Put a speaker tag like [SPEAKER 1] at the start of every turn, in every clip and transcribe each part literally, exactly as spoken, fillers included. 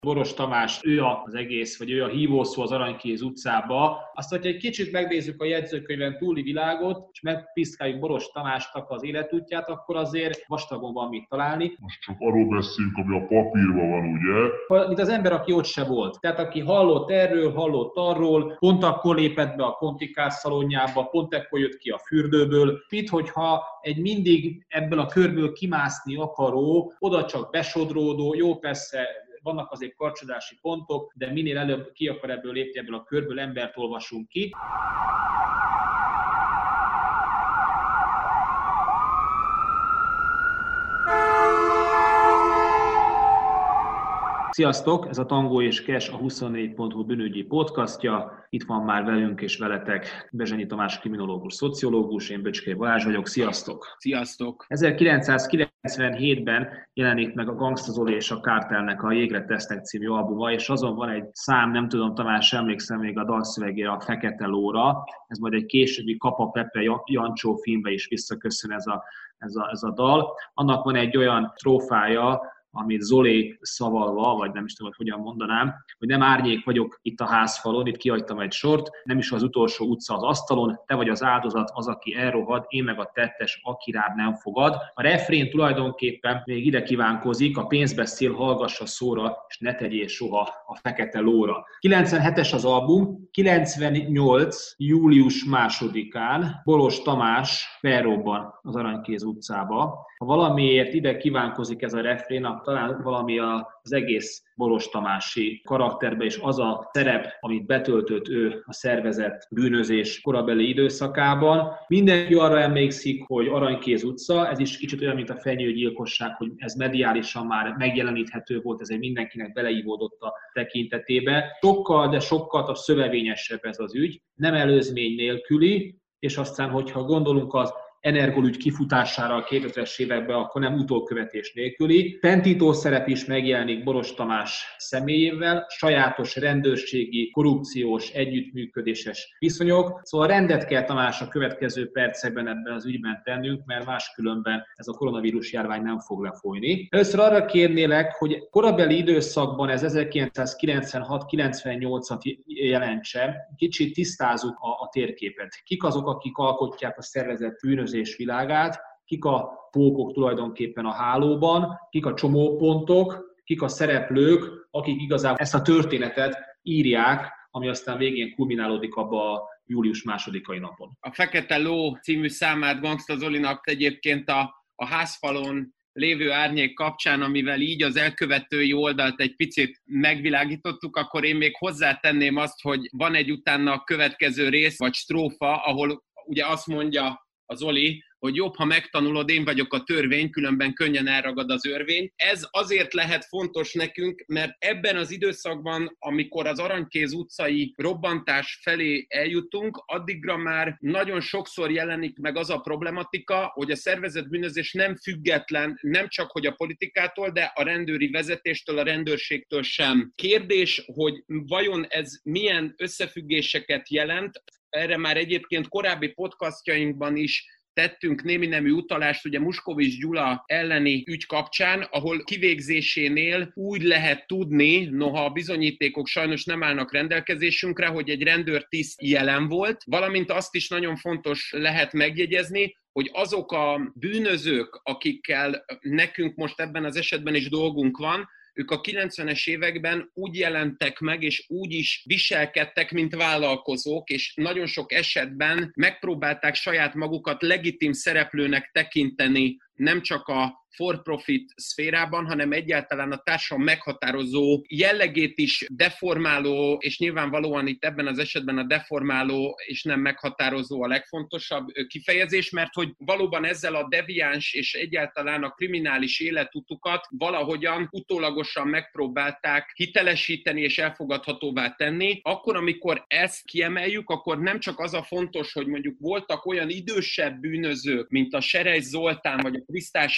[SPEAKER 1] Boros Tamás, ő az egész, vagy ő a hívószó az Aranykéz utcába. Azt, hogyha egy kicsit megnézzük a jegyzőkönyven túli világot, és megpiszkáljuk Boros Tamásnak az életútját, akkor azért vastagon van mit találni.
[SPEAKER 2] Most csak arról beszélünk, ami a papírban van, ugye?
[SPEAKER 1] Mint az ember, aki ott se volt. Tehát aki hallott erről, hallott arról, pont akkor lépett be a kontikás szalonjába, pont ekkor jött ki a fürdőből. Mit, hogyha egy mindig ebből a körből kimászni akaró, oda csak besodródó, jó persze, vannak azért karcsodási pontok, de minél előbb ki akar ebből lépni, ebből a körből embert olvasunk ki. Sziasztok! Ez a Tango és Cash, a huszonnégy pont hu bűnügyi podcastja. Itt van már velünk és veletek Bezsenyi Tamás, kriminológus, szociológus, én Böcskei Balázs vagyok. Sziasztok!
[SPEAKER 3] Sziasztok!
[SPEAKER 1] ezerkilencszázkilencvenhétben jelenik meg a Gangsta Zoli és a Kártelnek a Jégre tesznek című albuma, és azon van egy szám, nem tudom, Tamás, emlékszem még a dalszövegére, a Fekete Lóra. Ez majd egy későbbi Kapa Pepe Jancsó filmbe is visszaköszön ez a, ez a, ez a dal. Annak van egy olyan trófája, amit Zoli szavalva, vagy nem is tudom, hogy hogyan mondanám, hogy nem árnyék vagyok itt a házfalon, itt kihagytam egy sort, nem is az utolsó utca az asztalon, te vagy az áldozat, az, aki elrohad, én meg a tettes, aki rád nem fogad. A refrén tulajdonképpen még ide kívánkozik, a pénz beszél, hallgass a szóra, és ne tegyél soha a Fekete Lóra. kilencvenhetes az album, kilencvennyolc. július másodikán Boros Tamás felrobban az Aranykéz utcába. Ha valamiért ide kívánkozik ez a refrén, talán valami az egész Boros Tamási karakterbe, és az a szerep, amit betöltött ő a szervezett bűnözés korabeli időszakában. Mindenki arra emlékszik, hogy Aranykéz utca, ez is kicsit olyan, mint a fenyőgyilkosság, hogy ez mediálisan már megjeleníthető volt, ez egy mindenkinek beleívódott a tekintetébe. Sokkal, de sokkal szövevényesebb ez az ügy, nem előzmény nélküli, és aztán, hogyha gondolunk az Energol-ügy kifutására a kétezres években, akkor nem utókövetés nélküli. Pentító szerep is megjelenik Boros Tamás személyével, sajátos rendőrségi, korrupciós, együttműködéses viszonyok. Szóval rendet kell, Tamás, a következő percekben ebben az ügyben tennünk, mert máskülönben ez a koronavírus járvány nem fog lefolyni. Először arra kérnélek, hogy korabeli időszakban, ez ezerkilencszázkilencvenhat kilencvennyolcat jelentse, kicsit tisztázzuk a, a térképet. Kik azok, akik alkotják a szervezett bűnözés világát, kik a pókok tulajdonképpen a hálóban, kik a csomópontok, kik a szereplők, akik igazából ezt a történetet írják, ami aztán végén kulminálódik abba a július másodikai napon.
[SPEAKER 3] A Fekete Ló című számát Gangsta Zolinak egyébként a, a házfalon lévő árnyék kapcsán, amivel így az elkövetői oldalt egy picit megvilágítottuk, akkor én még hozzátenném azt, hogy van egy utána a következő rész, vagy strófa, ahol ugye azt mondja a Zoli, hogy jobb, ha megtanulod, én vagyok a törvény, különben könnyen elragad az örvény. Ez azért lehet fontos nekünk, mert ebben az időszakban, amikor az Aranykéz utcai robbantás felé eljutunk, addigra már nagyon sokszor jelenik meg az a problematika, hogy a szervezett bűnözés nem független, nem csak hogy a politikától, de a rendőri vezetéstől, a rendőrségtől sem. Kérdés, hogy vajon ez milyen összefüggéseket jelent, erre már egyébként korábbi podcastjainkban is tettünk némi nemű utalást, ugye Muskovics Gyula elleni ügy kapcsán, ahol kivégzésénél úgy lehet tudni, noha a bizonyítékok sajnos nem állnak rendelkezésünkre, hogy egy rendőrtiszt jelen volt, valamint azt is nagyon fontos lehet megjegyezni, hogy azok a bűnözők, akikkel nekünk most ebben az esetben is dolgunk van, ők a kilencvenes években úgy jelentek meg, és úgy is viselkedtek, mint vállalkozók, és nagyon sok esetben megpróbálták saját magukat legitim szereplőnek tekinteni, nem csak a for-profit szférában, hanem egyáltalán a társadalom meghatározó jellegét is deformáló, és nyilvánvalóan itt ebben az esetben a deformáló és nem meghatározó a legfontosabb kifejezés, mert hogy valóban ezzel a deviáns és egyáltalán a kriminális életutukat valahogyan utólagosan megpróbálták hitelesíteni és elfogadhatóvá tenni. Akkor, amikor ezt kiemeljük, akkor nem csak az a fontos, hogy mondjuk voltak olyan idősebb bűnözők, mint a Serej Zoltán vagy a Krisztás József,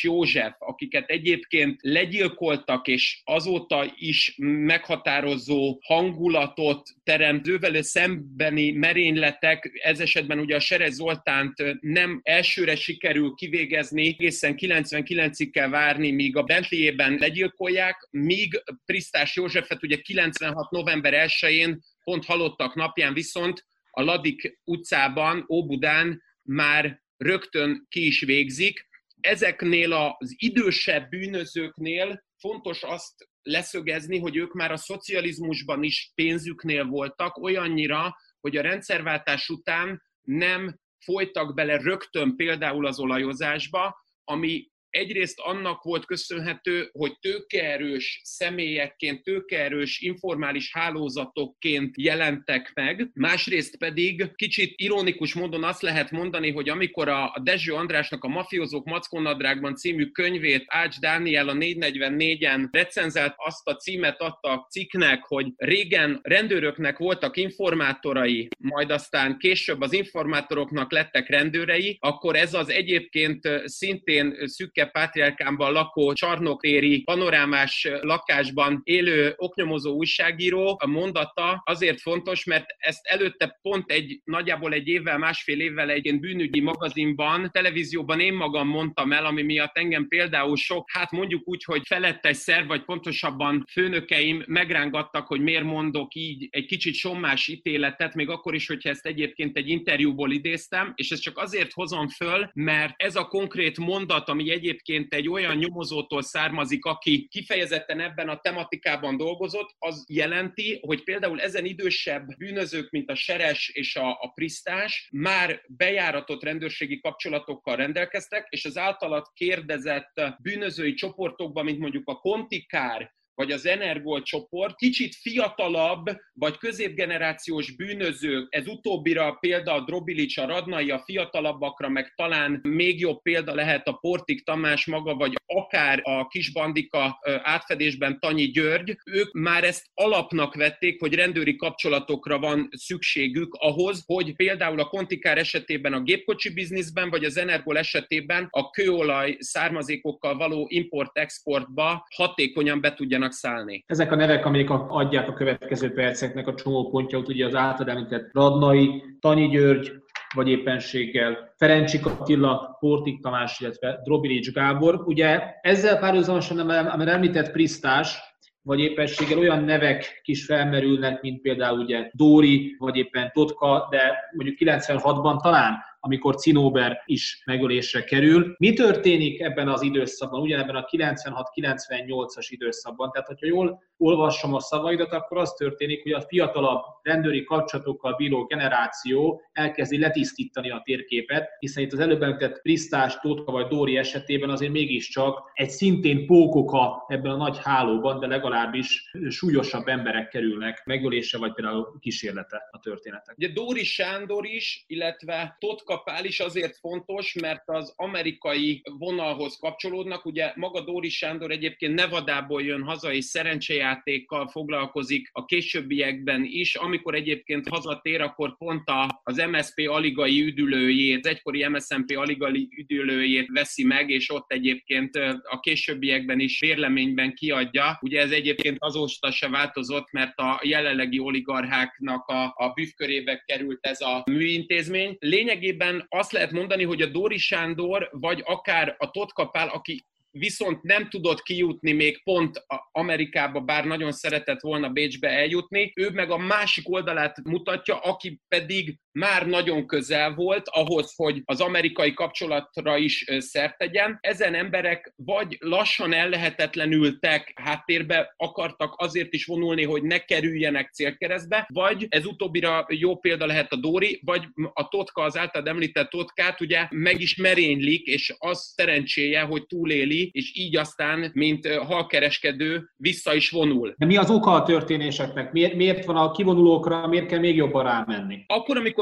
[SPEAKER 3] József, akiket egyébként legyilkoltak, és azóta is meghatározó hangulatot teremt, ővele szembeni merényletek, ez esetben ugye a Seres Zoltánt nem elsőre sikerül kivégezni, egészen kilencvenkilencig kell várni, míg a Bentleyében legyilkolják, míg Prisztás Józsefet ugye kilencvenhat november elsején, pont halottak napján viszont a Ladik utcában, Óbudán már rögtön ki is végzik. Ezeknél az idősebb bűnözőknél fontos azt leszögezni, hogy ők már a szocializmusban is pénzüknél voltak, olyannyira, hogy a rendszerváltás után nem folytak bele rögtön például az olajozásba, ami egyrészt annak volt köszönhető, hogy tőkeerős személyekként, tőkeerős informális hálózatokként jelentek meg, másrészt pedig kicsit ironikus módon azt lehet mondani, hogy amikor a Dezső Andrásnak a Mafiózók Mackonadrágban című könyvét Ács Dániel a négyszáznegyvennégyen recenzált, azt a címet adta a cikknek, hogy régen rendőröknek voltak informátorai, majd aztán később az informátoroknak lettek rendőrei, akkor ez az egyébként szintén szükke Pátriárkánban lakó csarnoktéri panorámás lakásban élő oknyomozó újságíró a mondata azért fontos, mert ezt előtte pont egy nagyjából egy évvel, másfél évvel egy bűnügyi magazinban, televízióban én magam mondtam el, ami miatt engem például sok, hát mondjuk úgy, hogy felettes szerv, vagy pontosabban főnökeim megrángattak, hogy miért mondok így egy kicsit sommás ítéletet, még akkor is, hogyha ezt egyébként egy interjúból idéztem, és ezt csak azért hozom föl, mert ez a konkrét mondat, ami egyébként egyébként egy olyan nyomozótól származik, aki kifejezetten ebben a tematikában dolgozott, az jelenti, hogy például ezen idősebb bűnözők, mint a Seres és a, a Prisztás már bejáratott rendőrségi kapcsolatokkal rendelkeztek, és az általad kérdezett bűnözői csoportokban, mint mondjuk a Kontikár, vagy az Energol csoport, kicsit fiatalabb, vagy középgenerációs bűnözők, ez utóbbira példa a Drobilics, a Radnai, a fiatalabbakra, meg talán még jobb példa lehet a Portik Tamás maga, vagy akár a Kisbandika átfedésben Tanyi György, ők már ezt alapnak vették, hogy rendőri kapcsolatokra van szükségük ahhoz, hogy például a Kontikár esetében a gépkocsi bizniszben, vagy az Energol esetében a kőolaj származékokkal való import-exportba hatékonyan be tudjanak szállni.
[SPEAKER 1] Ezek a nevek, amik adják a következő perceknek a csomópontját, ugye az általad említett Radnai, Tanyi György, vagy éppenséggel Ferencsik Attila, Portik Tamás, illetve Drobilics Gábor. Ugye ezzel párhuzamosan, amire említett Prisztás, vagy éppenséggel olyan nevek is felmerülnek, mint például ugye Dóri, vagy éppen Totka, de mondjuk kilencvenhatban talán, amikor Cinóber is megölésre kerül. Mi történik ebben az időszakban, ugyanebben a kilencvenhat kilencvennyolcas időszakban? Tehát, hogyha jól olvassam a szavaidat, akkor az történik, hogy a fiatalabb rendőri kapcsolatokkal bíró generáció elkezdi letisztítani a térképet, hiszen itt az előbb említett Prisztás, Totka vagy Dóri esetében azért mégiscsak egy szintén pókoka ebben a nagy hálóban, de legalábbis súlyosabb emberek kerülnek megölése, vagy például kísérlete a történetek.
[SPEAKER 3] Ugye Dóri Sándor is, illetve Totka Pál is azért fontos, mert az amerikai vonalhoz kapcsolódnak. Ugye maga Dóri Sándor egyébként Nevadából jön haza, és szerencsejátékkal foglalkozik a későbbiekben is. Amikor egyébként hazatér, akkor pont az em es zé pé aligai üdülőjét, az egykori em es zé pé aligai üdülőjét veszi meg, és ott egyébként a későbbiekben is vérleményben kiadja. Ugye ez egyébként azóta se változott, mert a jelenlegi oligarcháknak a, a bűvkörébe került ez a műintézmény. Lényegében azt lehet mondani, hogy a Dóri Sándor, vagy akár a Totka Pál, aki viszont nem tudott kijutni még pont Amerikába, bár nagyon szeretett volna Bécsbe eljutni, ő meg a másik oldalát mutatja, aki pedig már nagyon közel volt ahhoz, hogy az amerikai kapcsolatra is szert tegyen. Ezen emberek vagy lassan ellehetetlenültek, háttérbe akartak azért is vonulni, hogy ne kerüljenek célkeresztbe, vagy ez utóbbira jó példa lehet a Dóri, vagy a Totka, az általad említett Totkát ugye meg is merénylik, és az szerencséje, hogy túléli, és így aztán, mint halkereskedő, vissza is vonul.
[SPEAKER 1] De mi az oka a történéseknek? Miért, miért van a kivonulókra, miért kell még jobban rámenni?
[SPEAKER 3] Akkor, amikor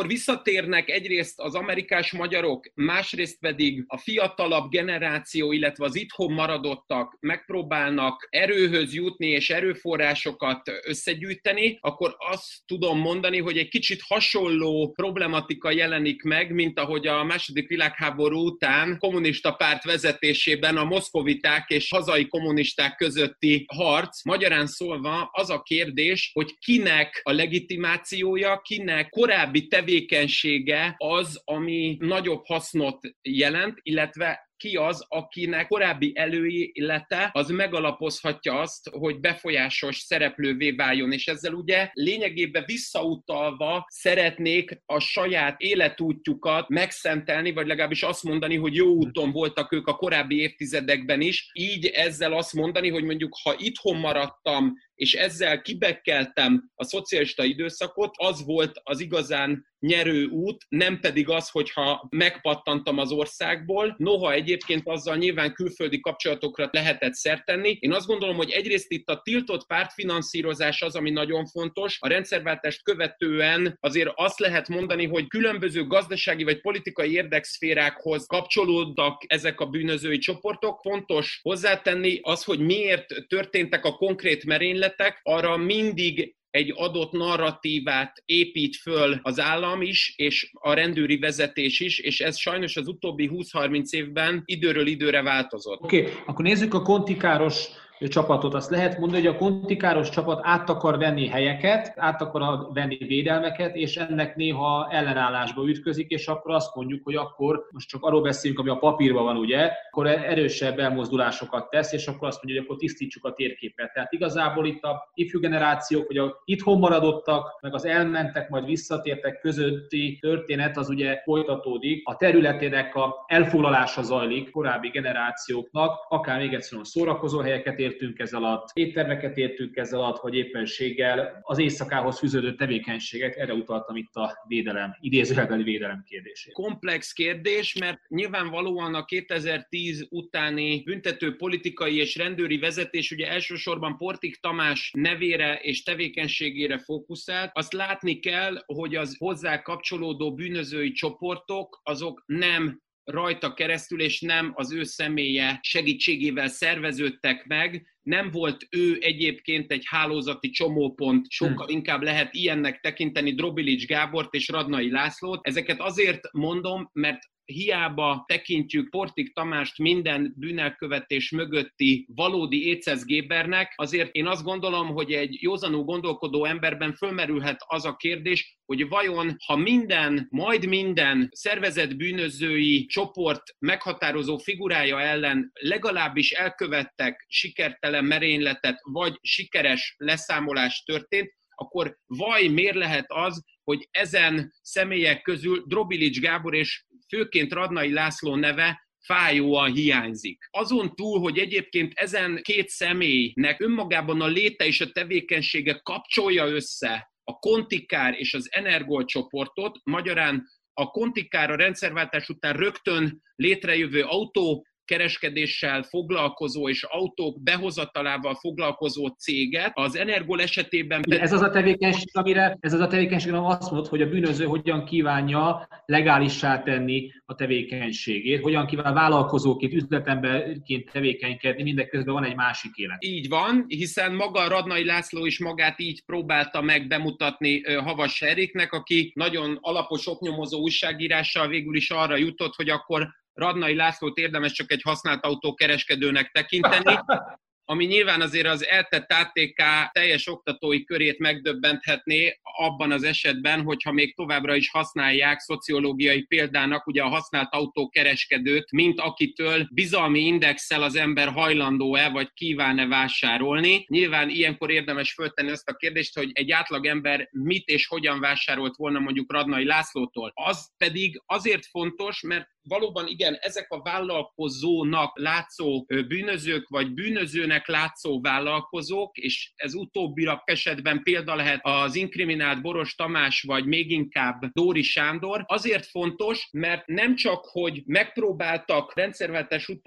[SPEAKER 3] akkor visszatérnek egyrészt az amerikás magyarok, másrészt pedig a fiatalabb generáció, illetve az itthon maradottak megpróbálnak erőhöz jutni és erőforrásokat összegyűjteni, akkor azt tudom mondani, hogy egy kicsit hasonló problematika jelenik meg, mint ahogy a második világháború után kommunista párt vezetésében a moszkoviták és hazai kommunisták közötti harc. Magyarán szólva az a kérdés, hogy kinek a legitimációja, kinek korábbi tevékenysége az, ami nagyobb hasznot jelent, illetve ki az, akinek korábbi előélete az megalapozhatja azt, hogy befolyásos szereplővé váljon. És ezzel ugye lényegében visszautalva szeretnék a saját életútjukat megszentelni, vagy legalábbis azt mondani, hogy jó úton voltak ők a korábbi évtizedekben is. Így ezzel azt mondani, hogy mondjuk ha itthon maradtam, és ezzel kibekkeltem a szocialista időszakot, az volt az igazán nyerő út, nem pedig az, hogyha megpattantam az országból. Noha egyébként azzal nyilván külföldi kapcsolatokra lehetett szert tenni. Én azt gondolom, hogy egyrészt itt a tiltott pártfinanszírozás az, ami nagyon fontos. A rendszerváltást követően azért azt lehet mondani, hogy különböző gazdasági vagy politikai érdekszférákhoz kapcsolódtak ezek a bűnözői csoportok. Fontos hozzátenni az, hogy miért történtek a konkrét merényletek, arra mindig egy adott narratívát épít föl az állam is, és a rendőri vezetés is, és ez sajnos az utóbbi húsz-harminc évben időről időre változott.
[SPEAKER 1] Oké, okay, akkor nézzük a kontikáros csapatot. Azt lehet mondani, hogy a kontikáros csapat át akar venni helyeket, át akar venni védelmeket, és ennek néha ellenállásba ütközik, és akkor azt mondjuk, hogy akkor most csak arról beszélünk, ami a papírban van, ugye, akkor erősebb elmozdulásokat tesz, és akkor azt mondja, hogy akkor tisztítsuk a térképet. Tehát igazából itt a ifjú generációk, vagy a itthon maradottak, meg az elmentek, majd visszatértek közötti történet, az ugye folytatódik. A területének a elfoglalása zajlik korábbi generációknak, akár még egyszerűen szórakozó helyeket értünk ez alatt, éttermeket értünk ez alatt, vagy éppenséggel az éjszakához fűződő tevékenységek, erre utaltam itt a védelem, idézőjelbeli védelem kérdését.
[SPEAKER 3] Komplex kérdés, mert nyilvánvalóan a kétezer-tíz utáni büntető politikai és rendőri vezetés ugye elsősorban Portik Tamás nevére és tevékenységére fókuszált. Azt látni kell, hogy az hozzá kapcsolódó bűnözői csoportok azok nem rajta keresztül, és nem az ő személye segítségével szerveződtek meg. Nem volt ő egyébként egy hálózati csomópont, sokkal hmm. inkább lehet ilyennek tekinteni Drobilics Gábort és Radnai Lászlót. Ezeket azért mondom, mert hiába tekintjük Portik Tamást minden bűnelkövetés mögötti valódi éceszgébernek, azért én azt gondolom, hogy egy józanul gondolkodó emberben fölmerülhet az a kérdés, hogy vajon, ha minden, majd minden szervezett bűnözői csoport meghatározó figurája ellen legalábbis elkövettek sikertelen merényletet, vagy sikeres leszámolás történt, akkor vaj miért lehet az, hogy ezen személyek közül Drobilics Gábor és főként Radnai László neve fájóan hiányzik. Azon túl, hogy egyébként ezen két személynek önmagában a léte és a tevékenysége kapcsolja össze a Kontikár és az Energol csoportot, magyarán a Kontikár a rendszerváltás után rögtön létrejövő autó kereskedéssel foglalkozó és autók behozatalával foglalkozó céget. Az Energol esetében...
[SPEAKER 1] Pedig... Ez az a tevékenység, amire, ez az a tevékenység, amire azt mondod, hogy a bűnöző hogyan kívánja legálissá tenni a tevékenységét, hogyan kíván vállalkozóként, üzletemberként tevékenykedni, mindeközben van egy másik élet.
[SPEAKER 3] Így van, hiszen maga Radnai László is magát így próbálta meg bemutatni Havas Eriknek, aki nagyon alapos oknyomozó újságírással végül is arra jutott, hogy akkor Radnai Lászlót érdemes csak egy használt autó kereskedőnek tekinteni, ami nyilván azért az eltett á té ká teljes oktatói körét megdöbbenthetné abban az esetben, hogyha még továbbra is használják szociológiai példának ugye a használt autókereskedőt, mint akitől bizalmi indexsel az ember hajlandó-e vagy kíván-e vásárolni. Nyilván ilyenkor érdemes föltenni azt a kérdést, hogy egy átlagember mit és hogyan vásárolt volna mondjuk Radnai Lászlótól. Az pedig azért fontos, mert valóban igen, ezek a vállalkozónak látszó bűnözők, vagy bűnözőnek látszó vállalkozók, és ez utóbbira esetben példa lehet az inkriminált Boros Tamás, vagy még inkább Dóri Sándor, azért fontos, mert nem csak, hogy megpróbáltak rendszerváltás után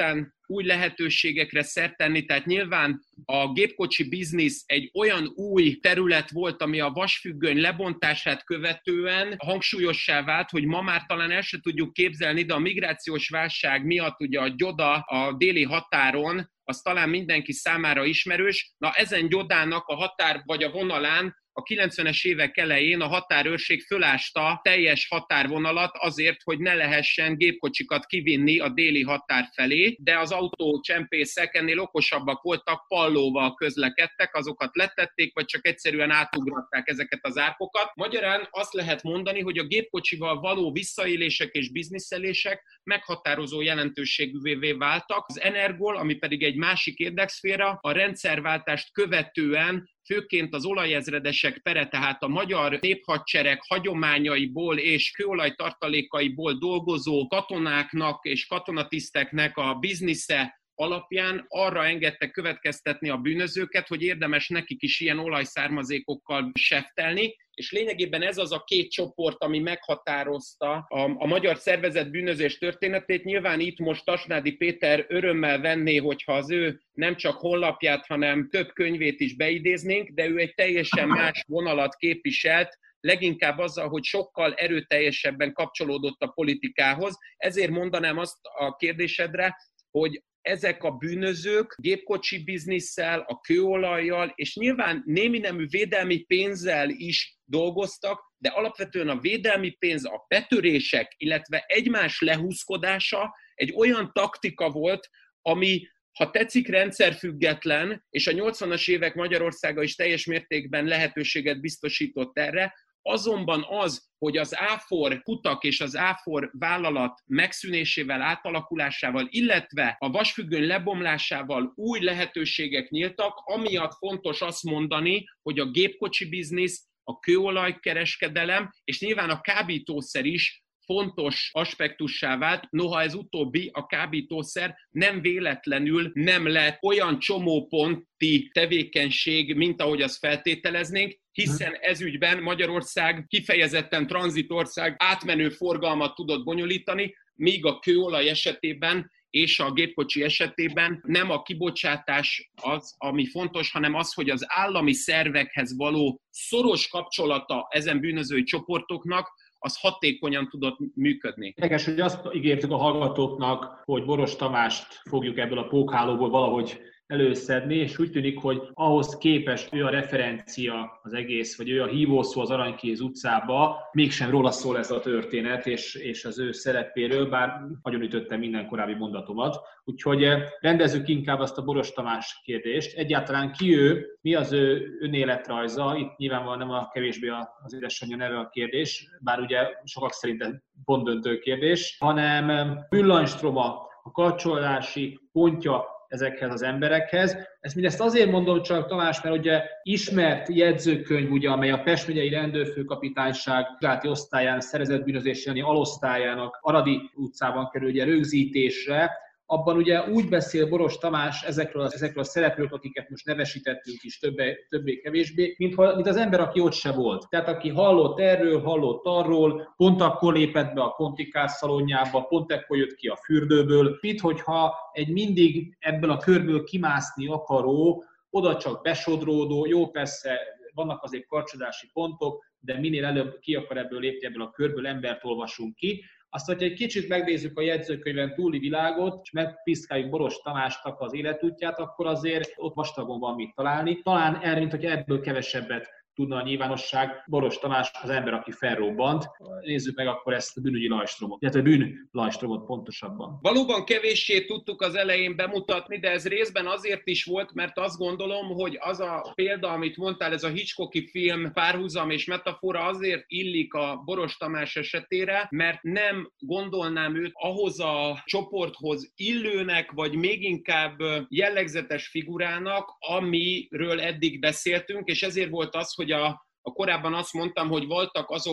[SPEAKER 3] új lehetőségekre szert tenni, tehát nyilván a gépkocsi biznisz egy olyan új terület volt, ami a vasfüggöny lebontását követően hangsúlyossá vált, hogy ma már talán el se tudjuk képzelni, de a migrációs válság miatt ugye a gyoda a déli határon, az talán mindenki számára ismerős. Na ezen gyodának a határ vagy a vonalán a kilencvenes évek elején a határőrség fölásta teljes határvonalat azért, hogy ne lehessen gépkocsikat kivinni a déli határ felé, de az autócsempészek ennél okosabbak voltak, pallóval közlekedtek, azokat letették, vagy csak egyszerűen átugratták ezeket az árkokat. Magyarán azt lehet mondani, hogy a gépkocsival való visszaélések és bizniszelések meghatározó jelentőségűvé váltak. Az Energol, ami pedig egy másik érdekszféra, a rendszerváltást követően főként az olajezredesek pere, tehát a magyar néphadsereg hagyományaiból és kőolaj tartalékaiból dolgozó katonáknak és katonatiszteknek a biznisze alapján arra engedtek következtetni a bűnözőket, hogy érdemes nekik is ilyen olajszármazékokkal seftelni, és lényegében ez az a két csoport, ami meghatározta a, a magyar szervezett bűnözés történetét. Nyilván itt most Tasnádi Péter örömmel venné, hogyha az ő nem csak honlapját, hanem több könyvét is beidéznénk, de ő egy teljesen más vonalat képviselt, leginkább azzal, hogy sokkal erőteljesebben kapcsolódott a politikához. Ezért mondanám azt a kérdésedre, hogy ezek a bűnözők gépkocsi bizniszsel, a kőolajjal, és nyilván némi nemű védelmi pénzzel is dolgoztak, de alapvetően a védelmi pénz, a betörések, illetve egymás lehúzkodása egy olyan taktika volt, ami, ha tetszik, rendszerfüggetlen, és a nyolcvanas évek Magyarországa is teljes mértékben lehetőséget biztosított erre, azonban az, hogy az áfor kutak és az áfor vállalat megszűnésével, átalakulásával, illetve a vasfüggöny lebomlásával új lehetőségek nyíltak, amiatt fontos azt mondani, hogy a gépkocsi biznisz, a kőolajkereskedelem, és nyilván a kábítószer is fontos aspektussá vált, noha ez utóbbi, a kábítószer nem véletlenül nem lett olyan csomóponti tevékenység, mint ahogy azt feltételeznénk, hiszen ezügyben Magyarország kifejezetten tranzitország átmenő forgalmat tudott bonyolítani, míg a kőolaj esetében és a gépkocsi esetében nem a kibocsátás az, ami fontos, hanem az, hogy az állami szervekhez való szoros kapcsolata ezen bűnözői csoportoknak, az hatékonyan tudott működni.
[SPEAKER 1] Érdekes, hogy azt ígértük a hallgatóknak, hogy Boros Tamást fogjuk ebből a pókhálóból valahogy előszedni, és úgy tűnik, hogy ahhoz képest ő a referencia az egész, vagy ő a hívószó az Aranykéz utcába, mégsem róla szól ez a történet, és, és az ő szerepéről, bár nagyon ütötte minden korábbi mondatomat. Úgyhogy rendezzük inkább azt a Boros Tamás kérdést. Egyáltalán ki ő, mi az ő önéletrajza? Itt nyilvánvalóan nem a kevésbé az édesanyja neve a kérdés, bár ugye sokak szerint pont döntő kérdés, hanem villanystroma, a kapcsolási pontja ezekhez az emberekhez. Ezt mindezt azért mondom csak, Tamás, mert ugye ismert jegyzőkönyv, ugye, amely a Pest megyei rendőrfőkapitányság vizsgálati osztályán, szervezett bűnözés elleni alosztályának Aradi utcában kerül ugye rögzítésre. Abban ugye úgy beszél Boros Tamás ezekről, az, ezekről a szereplők, akiket most nevesítettünk is többé, többé-kevésbé, mint, mint az ember, aki ott se volt. Tehát aki hallott erről, hallott arról, pont akkor lépett be a kontikás szalonjába, pont ekkor jött ki a fürdőből. Mint hogyha egy mindig ebből a körből kimászni akaró, oda csak besodródó, jó persze, vannak azért karcsodási pontok, de minél előbb ki akar ebből lépni, ebből a körből embert olvasunk ki. Azt, hogyha egy kicsit megnézzük a jegyzőkönyven túli világot, és megpiszkáljuk Boros Tamásnak az életútját, akkor azért ott vastagon van mit találni. Talán erre, mint hogy ebből kevesebbet tudna a nyilvánosság. Boros Tamás az ember, aki felrobbant. Nézzük meg akkor ezt a bűnügyi lajstromot, illetve bűn lajstromot pontosabban.
[SPEAKER 3] Valóban kevéssé tudtuk az elején bemutatni, de ez részben azért is volt, mert azt gondolom, hogy az a példa, amit mondtál, ez a Hitchcocki film párhuzam és metafora azért illik a Boros Tamás esetére, mert nem gondolnám őt ahhoz a csoporthoz illőnek, vagy még inkább jellegzetes figurának, amiről eddig beszéltünk, és ezért volt az, hogy a, a korábban azt mondtam, hogy voltak azok a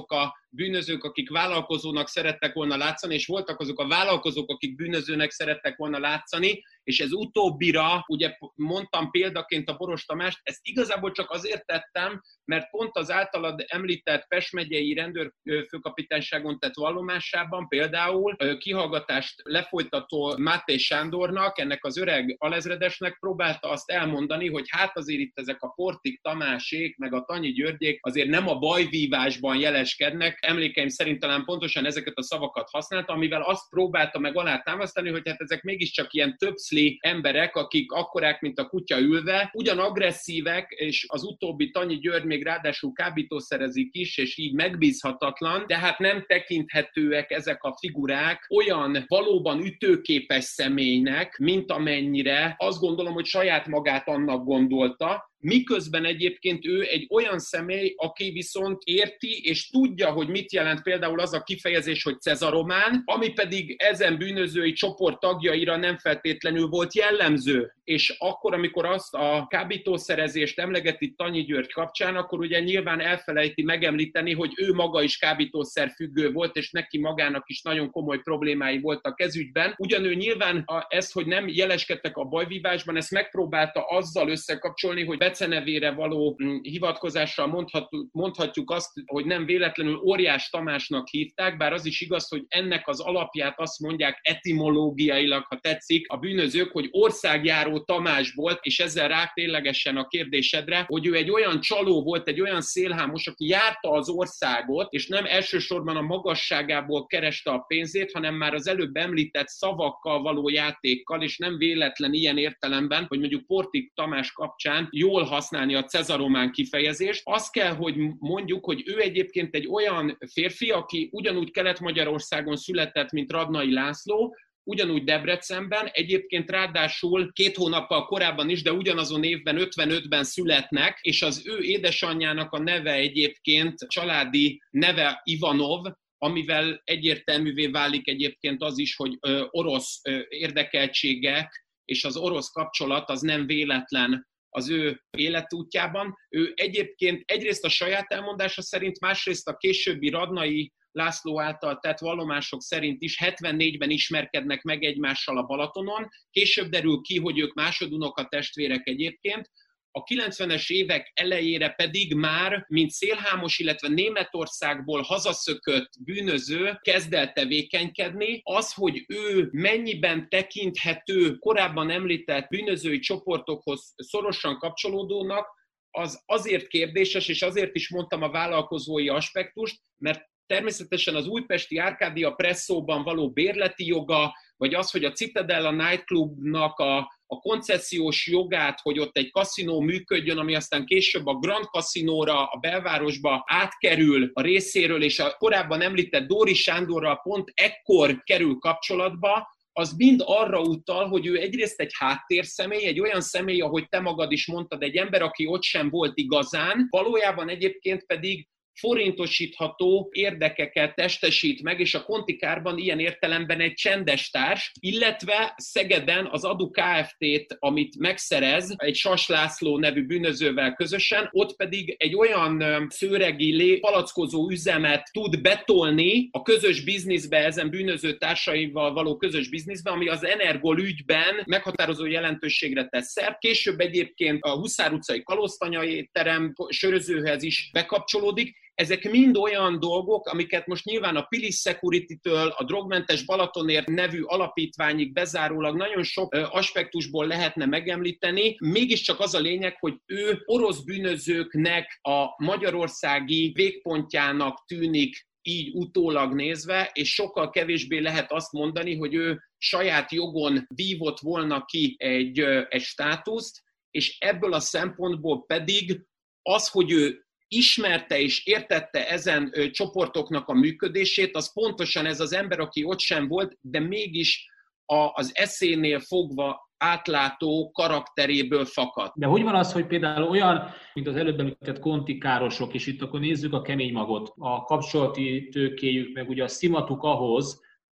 [SPEAKER 3] bűnözők, akik vállalkozónak szerettek volna látszani, és voltak azok a vállalkozók, akik bűnözőnek szerettek volna látszani, és ez utóbbira, ugye mondtam példaként a Boros Tamást, ezt igazából csak azért tettem, mert pont az általad említett Pest megyei rendőrfőkapitányságon tett vallomásában például kihallgatást lefolytató Máté Sándornak, ennek az öreg alezredesnek próbálta azt elmondani, hogy hát azért itt ezek a Portik Tamásék, meg a Tanyi Györgyék azért nem a bajvívásban jeleskednek. Emlékeim szerint talán pontosan ezeket a szavakat használta, amivel azt próbálta meg alátámasztani, hogy hát ezek mégiscsak ilyen többszli emberek, akik akkorák, mint a kutya ülve, ugyan agresszívek, és az utóbbi Tanyi György még ráadásul kábítószerezik is, és így megbízhatatlan, de hát nem tekinthetőek ezek a figurák olyan valóban ütőképes személynek, mint amennyire azt gondolom, hogy saját magát annak gondolta, miközben egyébként ő egy olyan személy, aki viszont érti és tudja, hogy mit jelent például az a kifejezés, hogy cezaromán, ami pedig ezen bűnözői csoport tagjaira nem feltétlenül volt jellemző. És akkor, amikor azt a kábítószerezést emlegeti Tanyi György kapcsán, akkor ugye nyilván elfelejti megemlíteni, hogy ő maga is kábítószerfüggő volt, és neki magának is nagyon komoly problémái voltak ez ügyben. Ugyan ő nyilván ezt, hogy nem jeleskedtek a bajvívásban, ezt megpróbálta azzal összekapcsolni, hogy becenevére való hivatkozással mondhatjuk, mondhatjuk azt, hogy nem véletlenül Óriás Tamásnak hívták, bár az is igaz, hogy ennek az alapját azt mondják etimológiailag, ha tetszik, a bűnözők, hogy országjáró Tamás volt, és ezzel rá ténylegesen a kérdésedre, hogy ő egy olyan csaló volt, egy olyan szélhámos, aki járta az országot, és nem elsősorban a magasságából kereste a pénzét, hanem már az előbb említett szavakkal való játékkal, és nem véletlen ilyen értelemben, hogy mondjuk Portik Tamás kapcsán jól használni a cezaromán kifejezést. Azt kell, hogy mondjuk, hogy ő egyébként egy olyan férfi, aki ugyanúgy Kelet-Magyarországon született, mint Radnai László, ugyanúgy Debrecenben, egyébként ráadásul két hónappal korábban is, de ugyanazon évben, ötvenötben születnek, és az ő édesanyjának a neve egyébként családi neve Ivanov, amivel egyértelművé válik egyébként az is, hogy orosz érdekeltségek és az orosz kapcsolat az nem véletlen az ő életútjában. Ő egyébként egyrészt a saját elmondása szerint, másrészt a későbbi Radnai László által tett vallomások szerint is hetvennégyben ismerkednek meg egymással a Balatonon. Később derül ki, hogy ők másodunoka testvérek egyébként. A kilencvenes évek elejére pedig már, mint szélhámos, illetve Németországból hazaszökött bűnöző kezd el tevékenykedni. Az, hogy ő mennyiben tekinthető korábban említett bűnözői csoportokhoz szorosan kapcsolódónak, az azért kérdéses, és azért is mondtam a vállalkozói aspektust, mert természetesen az újpesti Arcadia Presszóban való bérleti joga, vagy az, hogy a Citadella Nightclubnak a, a koncesziós jogát, hogy ott egy kaszinó működjön, ami aztán később a Grand Casino-ra, a belvárosba átkerül a részéről, és a korábban említett Dóri Sándorral pont ekkor kerül kapcsolatba, az mind arra utal, hogy ő egyrészt egy háttérszemély, egy olyan személy, ahogy te magad is mondtad, egy ember, aki ott sem volt igazán, valójában egyébként pedig forintosítható érdekeket testesít meg, és a Kontikárban ilyen értelemben egy csendes társ, illetve Szegeden az Adu Kft-t, amit megszerez egy Sas László nevű bűnözővel közösen, ott pedig egy olyan szőregi palackozó üzemet tud betolni a közös bizniszbe, ezen bűnöző társaival való közös bizniszbe, ami az Energol ügyben meghatározó jelentőségre tesz szert. Később egyébként a Huszár utcai Kalóztanya étterem sörözőhez is bekapcsolódik. Ezek mind olyan dolgok, amiket most nyilván a Pilis Security-től a Drogmentes Balatonért nevű alapítványig bezárólag nagyon sok aspektusból lehetne megemlíteni. Mégiscsak az a lényeg, hogy ő orosz bűnözőknek a magyarországi végpontjának tűnik így utólag nézve, és sokkal kevésbé lehet azt mondani, hogy ő saját jogon vívott volna ki egy, egy státuszt, és ebből a szempontból pedig az, hogy ő ismerte és értette ezen ö, csoportoknak a működését, az pontosan ez az ember, aki ott sem volt, de mégis a, az eszénél fogva átlátó karakteréből fakad.
[SPEAKER 1] De hogy van az, hogy például olyan, mint az előbb említett kontikárosok, és itt akkor nézzük a kemény magot, a kapcsolati tőkéjük, meg ugye a szimatuk ahhoz,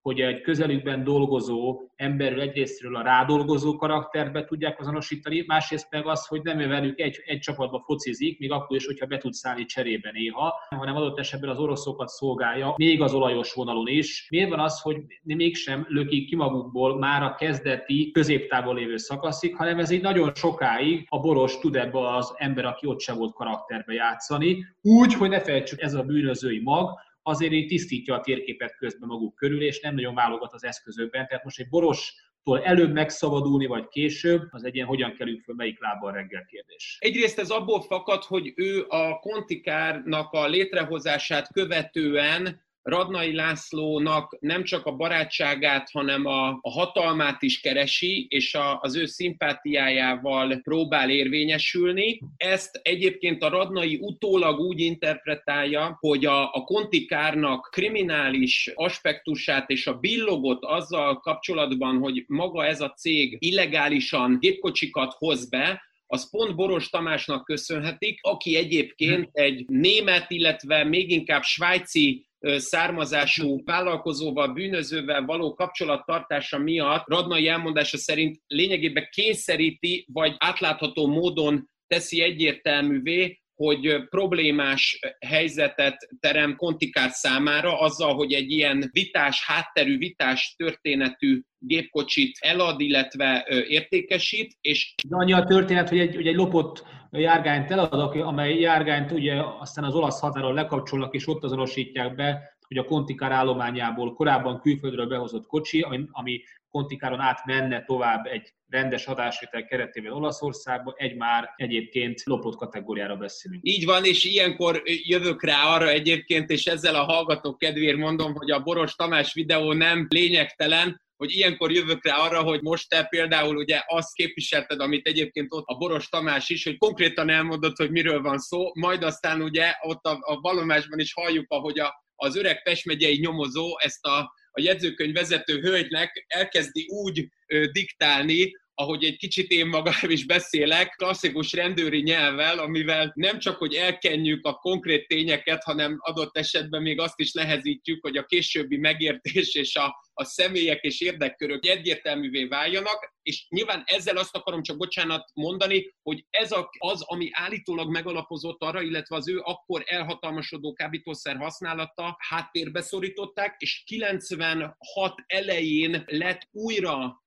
[SPEAKER 1] hogy egy közelükben dolgozó emberről egyrésztről a rádolgozó karakterbe tudják azonosítani, másrészt meg az, hogy nem velük egy, egy csapatba focizik, még akkor is, hogyha be tud szállni cserébe néha, hanem adott esetben az oroszokat szolgálja, még az olajos vonalon is. Miért van az, hogy mégsem lökik ki magukból már a kezdeti középtávon lévő szakaszig, hanem ez így nagyon sokáig a Boros tud ebbe az ember, aki ott sem volt karakterbe játszani, úgy, hogy ne felejtsük, ez a bűnözői mag, azért így tisztítja a térképet közben maguk körül, és nem nagyon válogat az eszközökben. Tehát most egy Borostól előbb megszabadulni, vagy később, az egy ilyen hogyan kerül föl, melyik lábbal reggel kérdés.
[SPEAKER 3] Egyrészt ez abból fakad, hogy ő a Kontikárnak a létrehozását követően Radnai Lászlónak nem csak a barátságát, hanem a, a hatalmát is keresi, és a, az ő szimpátiájával próbál érvényesülni. Ezt egyébként a Radnai utólag úgy interpretálja, hogy a, a Kontikárnak kriminális aspektusát és a billogot azzal kapcsolatban, hogy maga ez a cég illegálisan gépkocsikat hoz be, az pont Boros Tamásnak köszönhetik, aki egyébként egy német, illetve még inkább svájci származású vállalkozóval, bűnözővel való kapcsolattartása miatt Radnai elmondása szerint lényegében kényszeríti, vagy átlátható módon teszi egyértelművé, hogy problémás helyzetet terem Kontikár számára azzal, hogy egy ilyen vitás, hátterű, vitás történetű gépkocsit elad, illetve értékesít. És
[SPEAKER 1] de annyi a történet, hogy egy, hogy egy lopott járgányt eladok, amely járgányt ugye aztán az olasz határon lekapcsolnak, és ott azonosítják be, hogy a Kontikár állományából korábban külföldről behozott kocsi, ami, ami Kontikáron át menne tovább egy rendes adásvétel keretében Olaszországba, egy már egyébként lopott kategóriára beszélünk.
[SPEAKER 3] Így van, és ilyenkor jövök rá arra egyébként, és ezzel a hallgatók kedvéért mondom, hogy a Boros Tamás videó nem lényegtelen, hogy ilyenkor jövök rá arra, hogy most te például ugye azt képviselted, amit egyébként ott a Boros Tamás is, hogy konkrétan elmondod, hogy miről van szó, majd aztán ugye ott a, a vallomásban is halljuk, ahogy a, az öreg Pest megyei nyomozó ezt a, a jegyzőkönyv vezető hölgynek elkezdi úgy ö, diktálni, ahogy egy kicsit én magam is beszélek, klasszikus rendőri nyelvvel, amivel nem csak, hogy elkenjük a konkrét tényeket, hanem adott esetben még azt is nehezítjük, hogy a későbbi megértés és a, a személyek és érdekkörök egyértelművé váljanak, és nyilván ezzel azt akarom csak bocsánat mondani, hogy ez a, az, ami állítólag megalapozott arra, illetve az ő akkor elhatalmasodó kábítószer használata háttérbe szorították, és kilencvenhat elején lett újra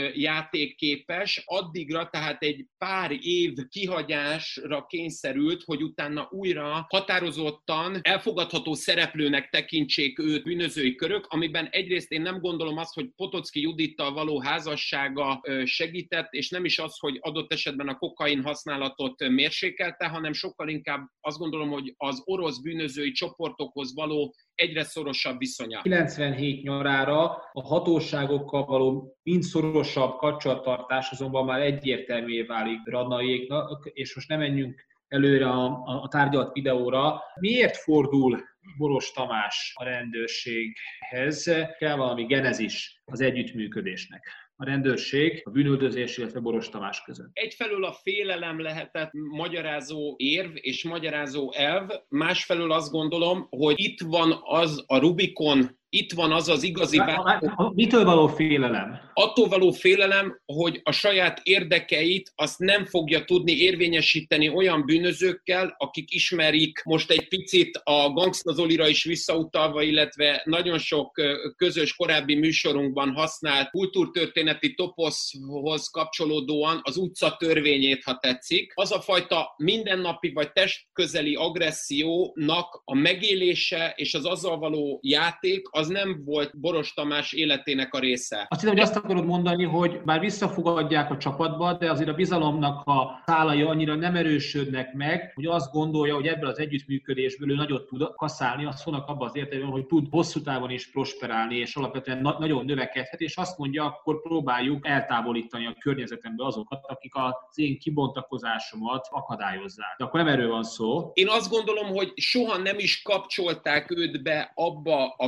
[SPEAKER 3] játékképes, addigra tehát egy pár év kihagyásra kényszerült, hogy utána újra határozottan elfogadható szereplőnek tekintsék őt bűnözői körök, amiben egyrészt én nem gondolom azt, hogy Potocki Judittal való házassága segített, és nem is az, hogy adott esetben a kokain használatot mérsékelte, hanem sokkal inkább azt gondolom, hogy az orosz bűnözői csoportokhoz való egyre szorosabb viszonya.
[SPEAKER 1] kilencvenhét nyarára a hatóságokkal való mind szorosabb kapcsolattartás azonban már egyértelművé válik Radnaiéknak, és most nem menjünk előre a, a, a tárgyalt videóra. Miért fordul Boros Tamás a rendőrséghez? Kell valami genezis az együttműködésnek. A rendőrség, a bűnüldözés, illetve Boros Tamás között.
[SPEAKER 3] Egyfelől a félelem lehetett magyarázó érv és magyarázó elv, másfelől azt gondolom, hogy itt van az a Rubikon, itt van az az igazi...
[SPEAKER 1] Bár... Mitől való félelem?
[SPEAKER 3] Attól való félelem, hogy a saját érdekeit azt nem fogja tudni érvényesíteni olyan bűnözőkkel, akik ismerik most egy picit a Gangsta Zolira is visszautalva, illetve nagyon sok közös korábbi műsorunkban használt kultúrtörténeti toposzhoz kapcsolódóan az utca törvényét, ha tetszik. Az a fajta mindennapi vagy testközeli agressziónak a megélése és az azzal való játék, az nem volt Boros Tamás életének a része.
[SPEAKER 1] Azt hiszem, hogy azt akarod mondani, hogy bár visszafogadják a csapatba, de azért a bizalomnak a szálai annyira nem erősödnek meg, hogy azt gondolja, hogy ebből az együttműködésből ő nagyot tud kaszálni, azt mondnak abban az értelemben, hogy tud hosszú távon is prosperálni, és alapvetően na- nagyon növekedhet, és azt mondja, akkor próbáljuk eltávolítani a környezetemből azokat, akik az én kibontakozásomat akadályozzák. De akkor nem erről van szó.
[SPEAKER 3] Én azt gondolom, hogy soha nem is kapcsolták őt be abba a, a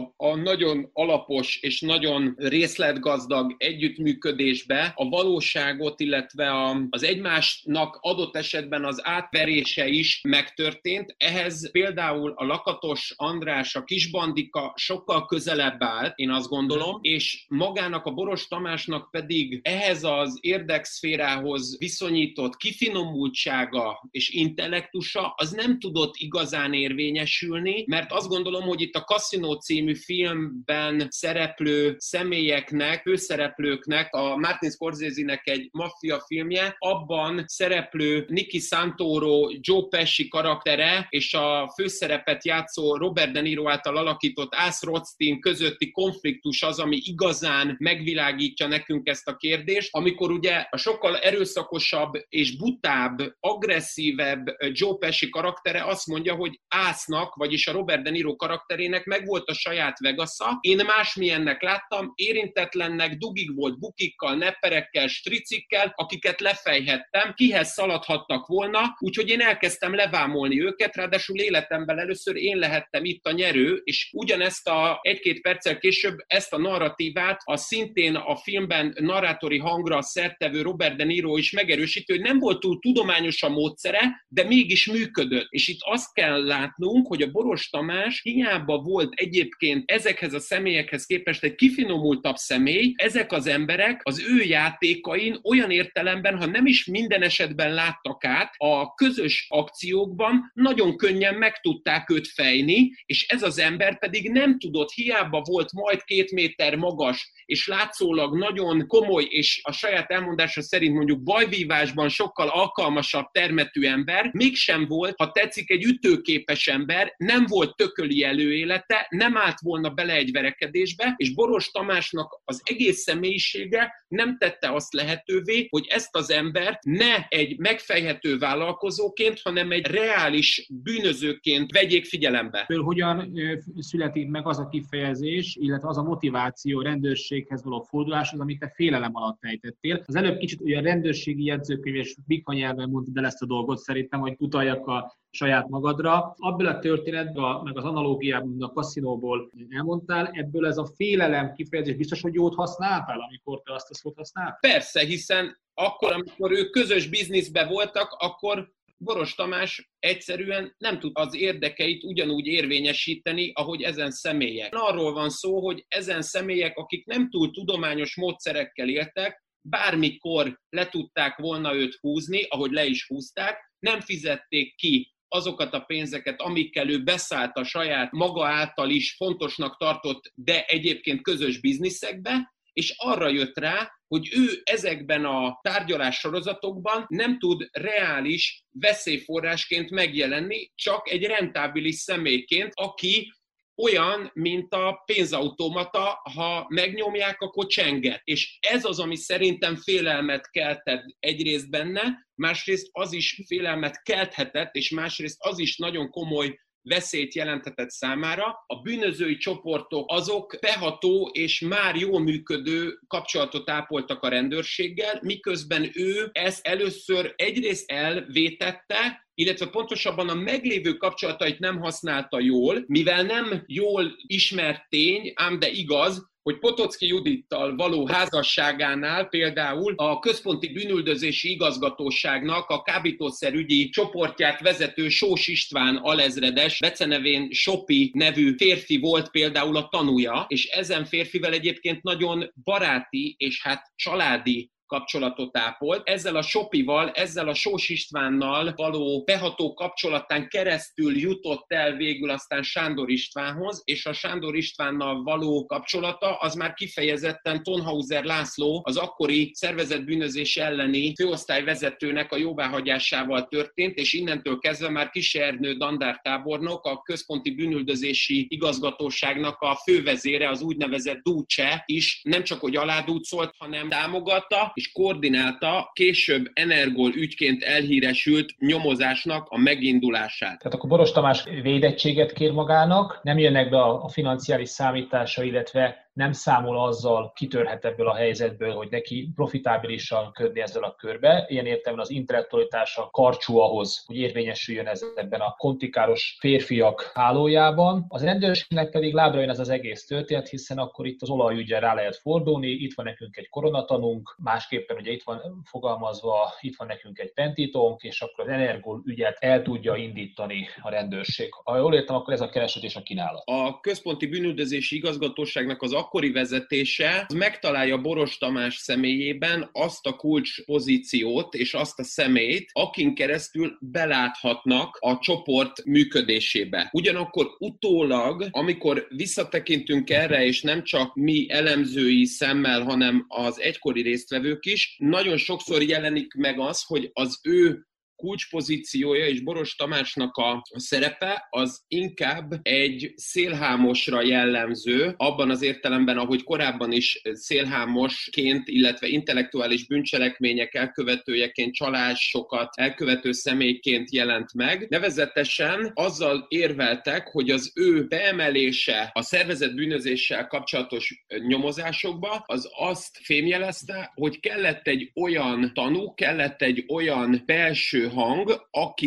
[SPEAKER 3] nagyon alapos és nagyon részletgazdag együttműködésbe a valóságot, illetve a, az egymásnak adott esetben az átverése is megtörtént. Ehhez például a Lakatos András, a Kisbandika sokkal közelebb állt, én azt gondolom, és magának a Boros Tamásnak pedig ehhez az érdekszférához viszonyított kifinomultsága és intellektusa az nem tudott igazán érvényesülni, mert azt gondolom, hogy itt a Casino című filmben szereplő személyeknek, főszereplőknek, a Martin Scorsese-nek egy maffia filmje, abban szereplő Nicky Santoro, Joe Pesci karaktere és a főszerepet játszó Robert De Niro által alakított Ace Rothstein közötti konfliktus az, ami igazán megvilágítja nekünk ezt a kérdést, amikor ugye a sokkal erőszakosabb és butább, agresszívebb Joe Pesci karaktere azt mondja, hogy Ace-nak, vagyis a Robert De Niro karakterének megvolt a saját Vegas-a, én másmilyennek láttam, érintetlennek, dugig volt bukikkal, nepperekkel, stricikkel, akiket lefejhettem, kihez szaladhattak volna, úgyhogy én elkezdtem levámolni őket, ráadásul életemben először én lehettem itt a nyerő, és ugyanezt a egy-két perccel később ezt a narratívát a szintén a filmben narrátori hangra szertevő Robert De Niro is megerősítő, hogy nem volt túl tudományos a módszere, de mégis működött. És itt azt kell látnunk, hogy a Boros Tamás hiába volt egyébként ezekhez a személyekhez képest egy kifinomultabb személy, ezek az emberek az ő játékain olyan értelemben, ha nem is minden esetben láttak át, a közös akciókban nagyon könnyen meg tudták őt fejni, és ez az ember pedig nem tudott, hiába volt majd két méter magas, és látszólag nagyon komoly, és a saját elmondása szerint mondjuk bajvívásban sokkal alkalmasabb termetű ember, mégsem volt, ha tetszik, egy ütőképes ember, nem volt tököli előélete, nem állt volna bele egy verekedésbe, és Boros Tamásnak az egész személyisége nem tette azt lehetővé, hogy ezt az embert ne egy megfejhető vállalkozóként, hanem egy reális bűnözőként vegyék figyelembe.
[SPEAKER 1] Hogyan születik meg az a kifejezés, illetve az a motiváció a rendőrséghez való forduláshoz, amit te félelem alatt ejtettél. Az előbb kicsit ugye a rendőrségi jegyzőkönyv és bikha nyelven mondtad el ezt a dolgot, szerintem, hogy utaljak a saját magadra. Abból a történetben, meg az analógiában, amit a kaszinóból elmondtál, ebből ez a félelem kifejezés biztos, hogy jót használtál, amikor te azt a szót használtál?
[SPEAKER 3] Persze, hiszen akkor, amikor ők közös bizniszben voltak, akkor Boros Tamás egyszerűen nem tud az érdekeit ugyanúgy érvényesíteni, ahogy ezen személyek. Arról van szó, hogy ezen személyek, akik nem túl tudományos módszerekkel éltek, bármikor le tudták volna őt húzni, ahogy le is húzták, nem fizették ki azokat a pénzeket, amikkel ő beszállt a saját maga által is fontosnak tartott, de egyébként közös bizniszekbe, és arra jött rá, hogy ő ezekben a tárgyalás sorozatokban nem tud reális veszélyforrásként megjelenni, csak egy rentábilis személyként, aki olyan, mint a pénzautomata, ha megnyomják, akkor csenget. És ez az, ami szerintem félelmet keltett egyrészt benne, másrészt az is félelmet kelthetett, és másrészt az is nagyon komoly veszélyt jelenthetett számára. A bűnözői csoportok azok beható és már jól működő kapcsolatot ápoltak a rendőrséggel, miközben ő ezt először egyrészt elvétette, illetve pontosabban a meglévő kapcsolatait nem használta jól, mivel nem jól ismert tény, ám de igaz, hogy Potocki Judittal való házasságánál például a Központi Bűnüldözési Igazgatóságnak a kábítószerügyi csoportját vezető Sós István alezredes, becenevén Sopi nevű férfi volt például a tanúja, és ezen férfivel egyébként nagyon baráti és hát családi kapcsolatot ápolt. Ezzel a Sopival, ezzel a Sós Istvánnal való beható kapcsolatán keresztül jutott el végül aztán Sándor Istvánhoz, és a Sándor Istvánnal való kapcsolata az már kifejezetten Tonhauser László, az akkori szervezetbűnözés elleni főosztályvezetőnek a jóváhagyásával történt, és innentől kezdve már Kis Ernő dandártábornok, a Központi Bűnüldözési Igazgatóságnak a fővezére, az úgynevezett Dúcse is nem csak hogy aládúcolt, hanem támogatta és koordinálta később Energol ügyként elhíresült nyomozásnak a megindulását.
[SPEAKER 4] Tehát akkor Boros Tamás védettséget kér magának, nem jönnek be a, a financiális számítása, illetve
[SPEAKER 1] nem számol azzal, kitörhet ebből a helyzetből, hogy neki profitábilisan ködni ezzel a körbe. Ilyen értelemben az intellektualitása karcsú ahhoz, hogy érvényesüljön ez ebben a kontikáros férfiak hálójában. Az rendőrségnek pedig lábra jön ez az egész történet, hiszen akkor itt az olajügyre rá lehet fordulni, itt van nekünk egy koronatanunk, másképpen ugye itt van fogalmazva, itt van nekünk egy pentitónk, és akkor az Energol ügyet el tudja indítani a rendőrség. Ha jól értem, akkor ez a kereslet és a kínálat.
[SPEAKER 3] A Központi Bűnüldözési Igazgatóságnak az akkori vezetése az megtalálja Boros Tamás személyében azt a kulcspozíciót és azt a személyt, akin keresztül beláthatnak a csoport működésébe. Ugyanakkor utólag, amikor visszatekintünk erre, és nem csak mi elemzői szemmel, hanem az egykori résztvevők is, nagyon sokszor jelenik meg az, hogy az ő kulcspozíciója és Boros Tamásnak a szerepe az inkább egy szélhámosra jellemző, abban az értelemben, ahogy korábban is szélhámosként, illetve intellektuális bűncselekmények elkövetőjeként, csalásokat elkövető személyként jelent meg. Nevezetesen azzal érveltek, hogy az ő beemelése a szervezett bűnözéssel kapcsolatos nyomozásokba, az azt fémjelezte, hogy kellett egy olyan tanú, kellett egy olyan belső hang,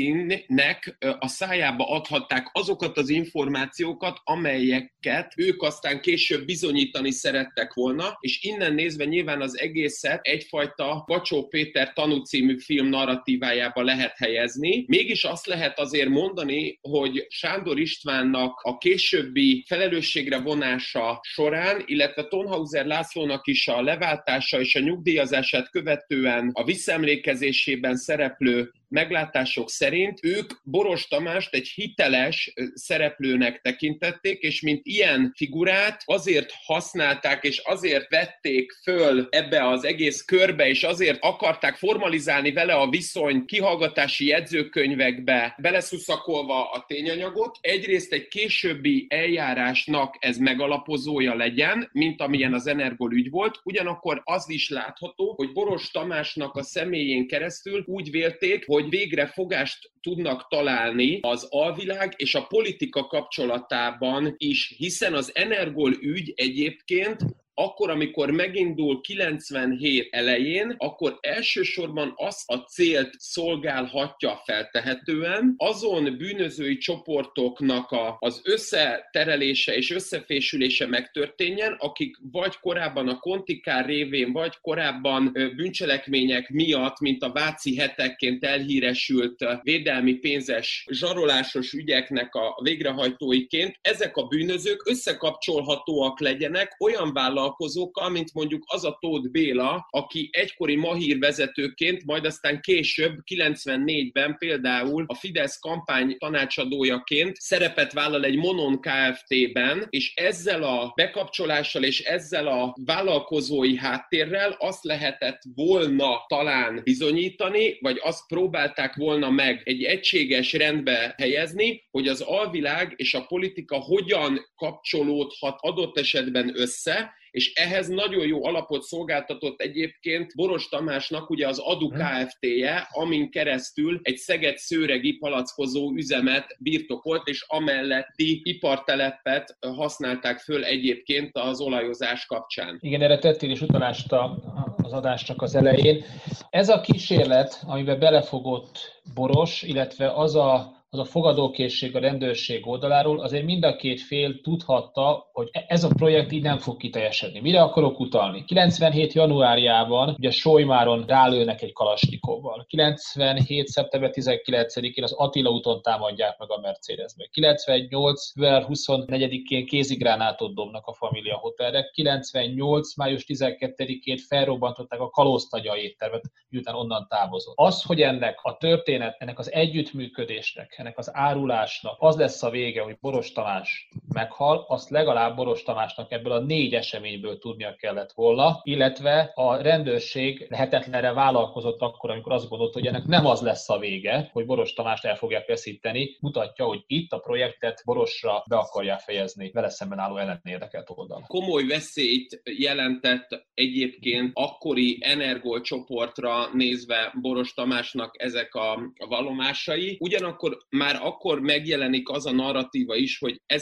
[SPEAKER 3] akinek a szájába adhatták azokat az információkat, amelyeket ők aztán később bizonyítani szerettek volna, és innen nézve nyilván az egészet egyfajta Gacsó Péter Tanú című film narratívájába lehet helyezni. Mégis azt lehet azért mondani, hogy Sándor Istvánnak a későbbi felelősségre vonása során, illetve Thonhauser Lászlónak is a leváltása és a nyugdíjazását követően a visszaemlékezésében szereplő meglátások szerint ők Boros Tamást egy hiteles szereplőnek tekintették, és mint ilyen figurát azért használták, és azért vették föl ebbe az egész körbe, és azért akarták formalizálni vele a viszonyt kihallgatási jegyzőkönyvekbe, beleszuszakolva a tényanyagot. Egyrészt egy későbbi eljárásnak ez megalapozója legyen, mint amilyen az Energol ügy volt, ugyanakkor az is látható, hogy Boros Tamásnak a személyén keresztül úgy vélték, hogy végre fogást tudnak találni az alvilág és a politika kapcsolatában is, hiszen az Energol ügy egyébként akkor, amikor megindul kilencvenhét elején, akkor elsősorban azt a célt szolgálhatja feltehetően, azon bűnözői csoportoknak a, az összeterelése és összefésülése megtörténjen, akik vagy korábban a Kontikár révén, vagy korábban bűncselekmények miatt, mint a Váci hetekként elhíresült védelmi pénzes zsarolásos ügyeknek a végrehajtóiként, ezek a bűnözők összekapcsolhatóak legyenek olyan vállalatokkal, mint mondjuk az a Tóth Béla, aki egykori Mahír vezetőként, majd aztán később, kilencvennégyben például a Fidesz kampány tanácsadójaként szerepet vállal egy Monon Kft-ben, és ezzel a bekapcsolással és ezzel a vállalkozói háttérrel azt lehetett volna talán bizonyítani, vagy azt próbálták volna meg egy egységes rendbe helyezni, hogy az alvilág és a politika hogyan kapcsolódhat adott esetben össze, és ehhez nagyon jó alapot szolgáltatott egyébként Boros Tamásnak ugye az Adu Kft-je, amin keresztül egy szeged-szőregi palackozó üzemet birtokolt, és amelletti ipartelepet használták föl egyébként az olajozás kapcsán.
[SPEAKER 1] Igen, erre tettél is utalást az adásnak az elején. Ez a kísérlet, amiben belefogott Boros, illetve az a az a fogadókészség a rendőrség oldaláról, azért mind a két fél tudhatta, hogy ez a projekt így nem fog kiteljesedni. Mire akarok utalni? kilencvenhét januárjában ugye Solymáron rálőnek egy kalasnyikovval. kilencvenhét szeptember tizenkilencedikén az Attila úton támadják meg a Mercedesbe. kilencvennyolc február huszonnegyedikén kézigránátot dobnak a Família Hotelre. kilencvennyolc május tizenkettedikén felrobbantották a Kalóztagya éttermet, miután onnan távozott. Az, hogy ennek a történet, ennek az együttműködésnek, ennek az árulásnak az lesz a vége, hogy Boros Tamás meghal, azt legalább Boros Tamásnak ebből a négy eseményből tudnia kellett volna, illetve a rendőrség lehetetlenre vállalkozott akkor, amikor azt gondolta, hogy ennek nem az lesz a vége, hogy Boros Tamást el fogják veszíteni, mutatja, hogy itt a projektet Borosra be akarják fejezni vele szemben álló ellenérdekelt oldal.
[SPEAKER 3] Komoly veszélyt jelentett egyébként akkori Energol csoportra nézve Boros Tamásnak ezek a vallomásai. Ugyanakkor már akkor megjelenik az a narratíva is, hogy ezek a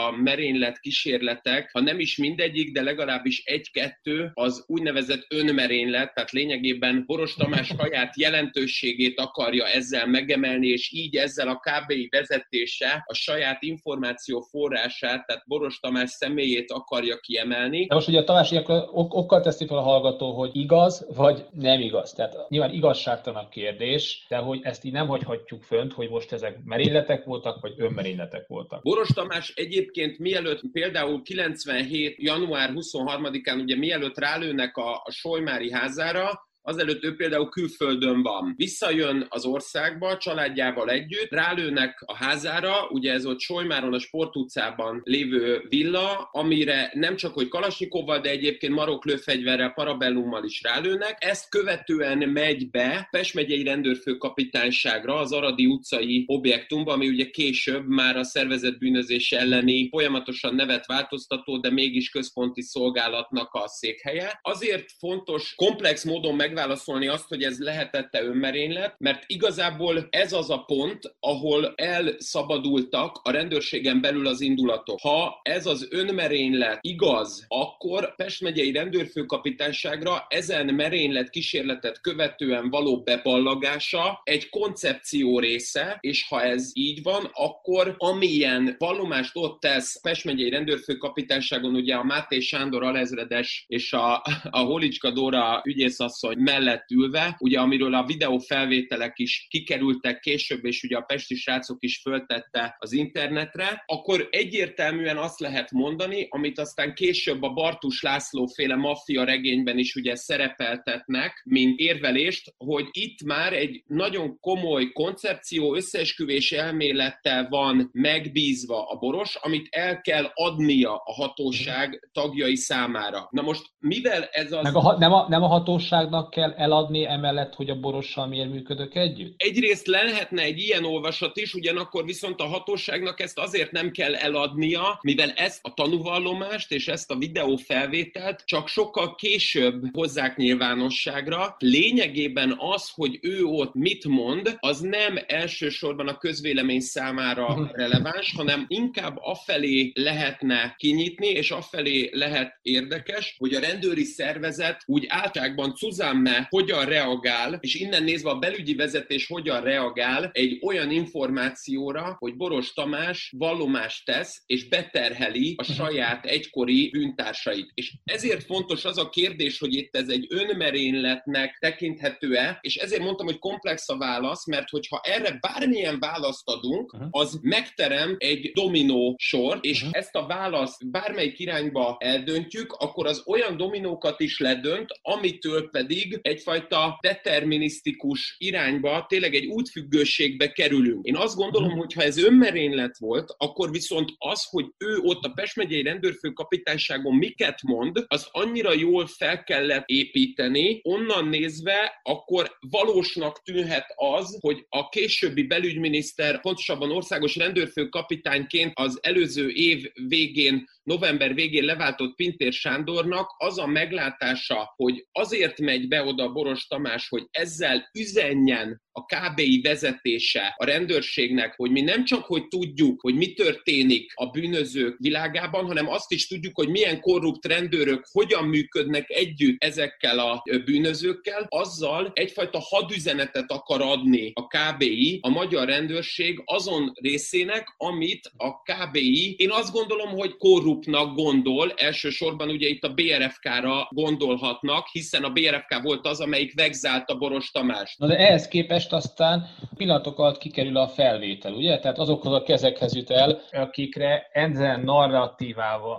[SPEAKER 3] a merénylet kísérletek, ha nem is mindegyik, de legalábbis egy-kettő az úgynevezett önmerénylet, tehát lényegében Boros Tamás saját jelentőségét akarja ezzel megemelni, és így ezzel a ká bé i vezetése a saját információ forrását, tehát Boros Tamás személyét akarja kiemelni.
[SPEAKER 4] De most ugye a Tamás ok- okkal teszi fel a hallgató, hogy igaz vagy nem igaz. Tehát nyilván igazságtalan kérdés, de hogy ezt így nem hagyhatjuk fönt, hogy most ezek merényletek voltak, vagy önmerényletek voltak.
[SPEAKER 3] Boros Tamás egyébként mielőtt például kilencvenhét. január huszonharmadikán, ugye mielőtt rálőnek a, a Solymári házára, azelőtt ő például külföldön van. Visszajön az országba a családjával együtt, rálőnek a házára, ugye ez ott Solymáron a Sport utcában lévő villa, amire nem csak hogy Kalasnyikovval, de egyébként maroklőfegyverrel, parabellummal is rálőnek. Ezt követően megy be Pest megyei rendőrfőkapitányságra, az Aradi utcai objektumba, ami ugye később már a szervezett bűnözés elleni folyamatosan nevet változtató, de mégis központi szolgálatnak a székhelye. Azért fontos komplex módon meg válaszolni azt, hogy ez lehetett-e önmerénylet, mert igazából ez az a pont, ahol elszabadultak a rendőrségen belül az indulatok. Ha ez az önmerénylet igaz, akkor Pest megyei rendőrfőkapitányságra ezen merénylet kísérletet követően való beballagása egy koncepció része, és ha ez így van, akkor amilyen vallomást ott tesz Pest megyei rendőrfőkapitányságon, ugye a Máté Sándor alezredes és a, a Holicska Dóra ügyészasszony mellett ülve, ugye amiről a videófelvételek is kikerültek később, és ugye a pesti srácok is föltette az internetre, akkor egyértelműen azt lehet mondani, amit aztán később a Bartus László féle maffia regényben is ugye szerepeltetnek, mint érvelést, hogy itt már egy nagyon komoly koncepció, összeesküvés elmélettel van megbízva a Boros, amit el kell adnia a hatóság tagjai számára. Na most, mivel ez az...
[SPEAKER 4] Meg a, nem, a, nem a hatóságnak kell eladni emellett, hogy a Borossal miért működök együtt?
[SPEAKER 3] Egyrészt lehetne egy ilyen olvasat is, ugyanakkor viszont a hatóságnak ezt azért nem kell eladnia, mivel ezt a tanúvallomást és ezt a videófelvételt csak sokkal később hozzák nyilvánosságra. Lényegében az, hogy ő ott mit mond, az nem elsősorban a közvélemény számára releváns, hanem inkább afelé lehetne kinyitni, és afelé lehet érdekes, hogy a rendőri szervezet úgy általában Cuzanne hogyan reagál, és innen nézve a belügyi vezetés hogyan reagál egy olyan információra, hogy Boros Tamás vallomást tesz, és beterheli a saját egykori bűntársait. És ezért fontos az a kérdés, hogy itt ez egy önmerényletnek tekinthető-e, és ezért mondtam, hogy komplex a válasz, mert hogyha erre bármilyen választ adunk, az megterem egy dominó sor, és ezt a választ bármelyik irányba eldöntjük, akkor az olyan dominókat is ledönt, amitől pedig egyfajta determinisztikus irányba, tényleg egy útfüggőségbe kerülünk. Én azt gondolom, hogy ha ez önmerénylet volt, akkor viszont az, hogy ő ott a Pest megyei rendőrfőkapitányságon miket mond, az annyira jól fel kellett építeni, onnan nézve akkor valósnak tűnhet az, hogy a későbbi belügyminiszter, pontosabban országos rendőrfőkapitányként az előző év végén, november végén leváltott Pintér Sándornak az a meglátása, hogy azért megy be oda Boros Tamás, hogy ezzel üzenjen a ká bé i vezetése a rendőrségnek, hogy mi nem csak, hogy tudjuk, hogy mi történik a bűnözők világában, hanem azt is tudjuk, hogy milyen korrupt rendőrök hogyan működnek együtt ezekkel a bűnözőkkel, azzal egyfajta hadüzenetet akar adni a ká bé i, a magyar rendőrség azon részének, amit a ká bé i, én azt gondolom, hogy korruptnak gondol, elsősorban ugye itt a bé er ef ká-ra gondolhatnak, hiszen a bé er ef ká volt az, amelyik vegzálta Boros Tamást.
[SPEAKER 4] Na de ehhez képest aztán pillanatok alatt kikerül a felvétel, ugye? Tehát azokhoz a kezekhez jut el, akikre ezen narratívával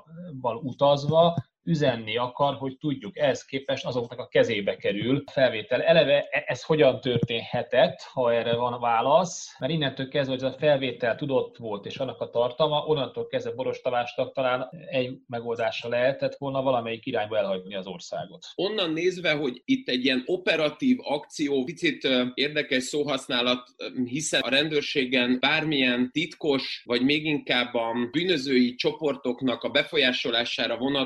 [SPEAKER 4] utazva üzenni akar, hogy tudjuk, ehhez képest azoknak a kezébe kerül a felvétel. Eleve ez hogyan történhetett, ha erre van válasz, mert innentől kezdve, hogy ez a felvétel tudott volt, és annak a tartalma, onnantól kezdve Boros Tamásnak talán egy megoldása lehetett volna valamelyik irányba elhagyni az országot.
[SPEAKER 3] Onnan nézve, hogy itt egy ilyen operatív akció, picit érdekes szóhasználat, hiszen a rendőrségen bármilyen titkos, vagy még inkább a bűnözői csoportoknak a befolyásolására vonatkozó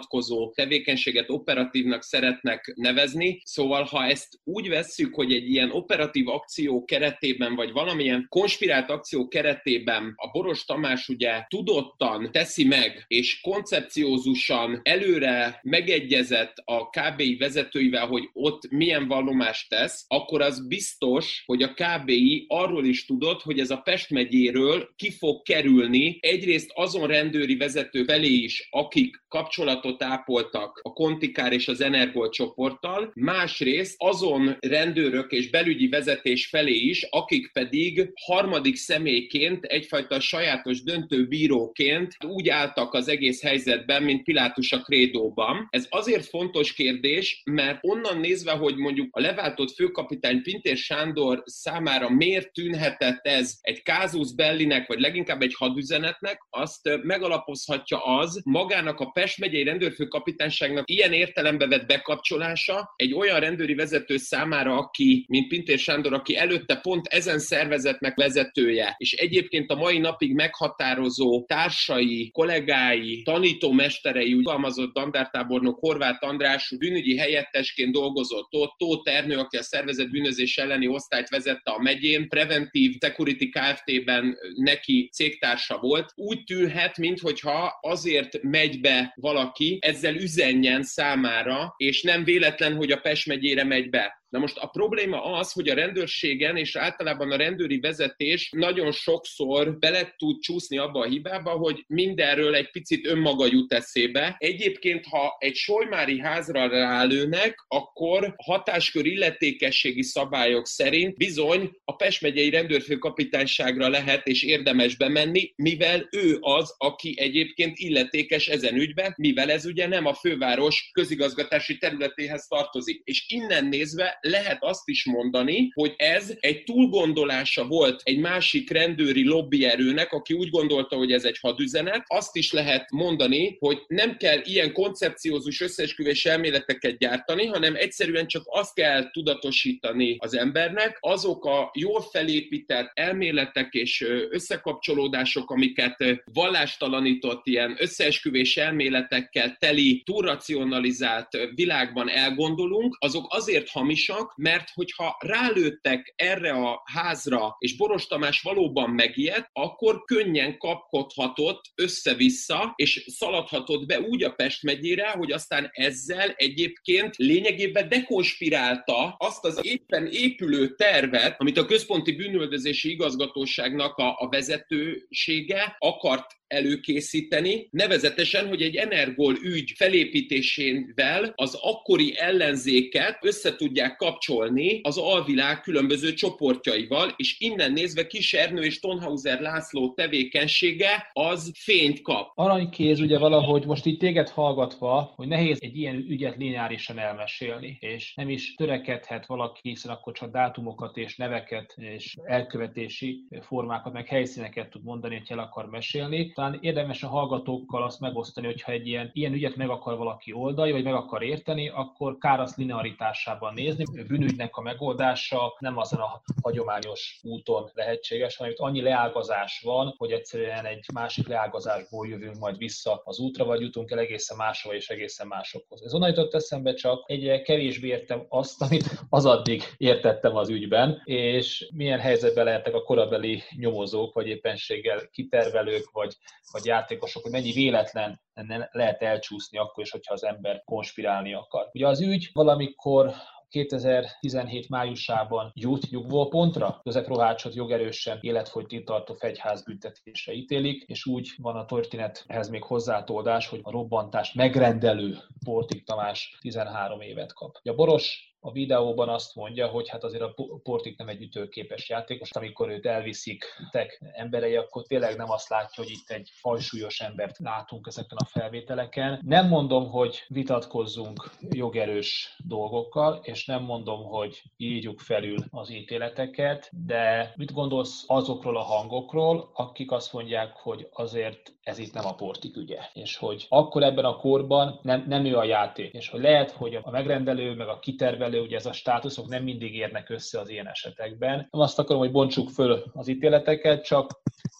[SPEAKER 3] zajló tevékenységet operatívnak szeretnek nevezni. Szóval, ha ezt úgy vesszük, hogy egy ilyen operatív akció keretében, vagy valamilyen konspirált akció keretében a Boros Tamás ugye tudottan teszi meg, és koncepciózusan előre megegyezett a ká bé i vezetőivel, hogy ott milyen vallomást tesz, akkor az biztos, hogy a ká bé i arról is tudott, hogy ez a Pest megyéről ki fog kerülni egyrészt azon rendőri vezető felé is, akik kapcsolatot ápoltak a Kontikár és az Energol csoporttal, másrészt azon rendőrök és belügyi vezetés felé is, akik pedig harmadik személyként, egyfajta sajátos döntőbíróként úgy álltak az egész helyzetben, mint Pilátus a krédóban. Ez azért fontos kérdés, mert onnan nézve, hogy mondjuk a leváltott főkapitány Pintér Sándor számára miért tűnhetett ez egy casus bellinek, vagy leginkább egy hadüzenetnek, azt megalapozhatja az magának a Pest megyei rendőrfőkapitányságnak ilyen értelembe vett bekapcsolása egy olyan rendőri vezető számára, aki, mint Pintér Sándor, aki előtte pont ezen szervezetnek vezetője, és egyébként a mai napig meghatározó társai, kollégái, tanítómesterei, úgy fogalmazott dandártábornok Horváth András bűnügyi helyettesként dolgozott ott, Tóth Ernő, aki a szervezett bűnözés elleni osztályt vezette a megyén, Preventive Security Kft-ben neki cégtársa volt. Úgy tűnhet, minthogyha azért megy be valaki, ezzel üzenjen számára, és nem véletlen, hogy a Pest megyére megy be. Na most a probléma az, hogy a rendőrségen és általában a rendőri vezetés nagyon sokszor bele tud csúszni abba a hibába, hogy mindenről egy picit önmaga jut eszébe. Egyébként, ha egy solymári házra rálőnek, akkor hatáskör illetékességi szabályok szerint bizony a Pest megyei rendőrfőkapitányságra lehet és érdemes bemenni, mivel ő az, aki egyébként illetékes ezen ügyben, mivel ez ugye nem a főváros közigazgatási területéhez tartozik. És innen nézve lehet azt is mondani, hogy ez egy túlgondolása volt egy másik rendőri lobbyerőnek, aki úgy gondolta, hogy ez egy hadüzenet. Azt is lehet mondani, hogy nem kell ilyen koncepciózus összeesküvés elméleteket gyártani, hanem egyszerűen csak azt kell tudatosítani az embernek, azok a jól felépített elméletek és összekapcsolódások, amiket vallástalanított ilyen összeesküvés elméletekkel teli, túlracionalizált világban elgondolunk, azok azért hamisak, mert hogyha rálőttek erre a házra, és Boros Tamás valóban megijedt, akkor könnyen kapkodhatott össze-vissza, és szaladhatott be úgy a Pest megyére, hogy aztán ezzel egyébként lényegében dekonspirálta azt az éppen épülő tervet, amit a Központi Bűnüldözési Igazgatóságnak a, a vezetősége akart előkészíteni, nevezetesen, hogy egy Energol ügy felépítésével az akkori ellenzéket össze tudják kapcsolni az alvilág különböző csoportjaival, és innen nézve Kis Ernő és Tonhauser László tevékenysége az fényt kap.
[SPEAKER 4] Aranykéz, ugye valahogy most így téged hallgatva, hogy nehéz egy ilyen ügyet lineárisan elmesélni, és nem is törekedhet valaki, hiszen akkor csak dátumokat és neveket és elkövetési formákat, meg helyszíneket tud mondani, hogy el akar mesélni. Talán érdemes a hallgatókkal azt megosztani, hogyha egy ilyen, ilyen ügyet meg akar valaki oldani, vagy meg akar érteni, akkor kár azt linearitásában nézni. A bűnügynek a megoldása nem azon a hagyományos úton lehetséges, hanem itt annyi leágazás van, hogy egyszerűen egy másik leágazásból jövünk majd vissza az útra, vagy jutunk el egészen máshova és egészen másokhoz. Ez onnan jutott eszembe, csak egyre kevésbé értem azt, amit az addig értettem az ügyben, és milyen helyzetben lehetnek a korabeli nyomozók, vagy éppenséggel kitervelők, vagy, vagy játékosok, hogy mennyi véletlen lehet elcsúszni akkor is, hogyha az ember konspirálni akar. Ugye az ügy valamikor kétezer-tizenhét májusában jut nyugvópontra. József Rohácsot jogerősen életfogytig tartó fegyházbüntetésre ítélik, és úgy van a történethez még hozzátoldás, hogy a robbantást megrendelő Portik Tamás tizenhárom évet kap. A Boros a videóban azt mondja, hogy hát azért a Portik nem egy ütőképes játékos, amikor őt elviszik tek emberei, akkor tényleg nem azt látja, hogy itt egy fajsúlyos embert látunk ezeken a felvételeken. Nem mondom, hogy vitatkozzunk jogerős dolgokkal, és nem mondom, hogy írjuk felül az ítéleteket, de mit gondolsz azokról a hangokról, akik azt mondják, hogy azért ez itt nem a Portik ügye, és hogy akkor ebben a korban nem, nem ő a játék, és hogy lehet, hogy a megrendelő, meg a kitervelő, ugye ez a státuszok nem mindig érnek össze az ilyen esetekben. Nem azt akarom, hogy bontsuk föl az ítéleteket, csak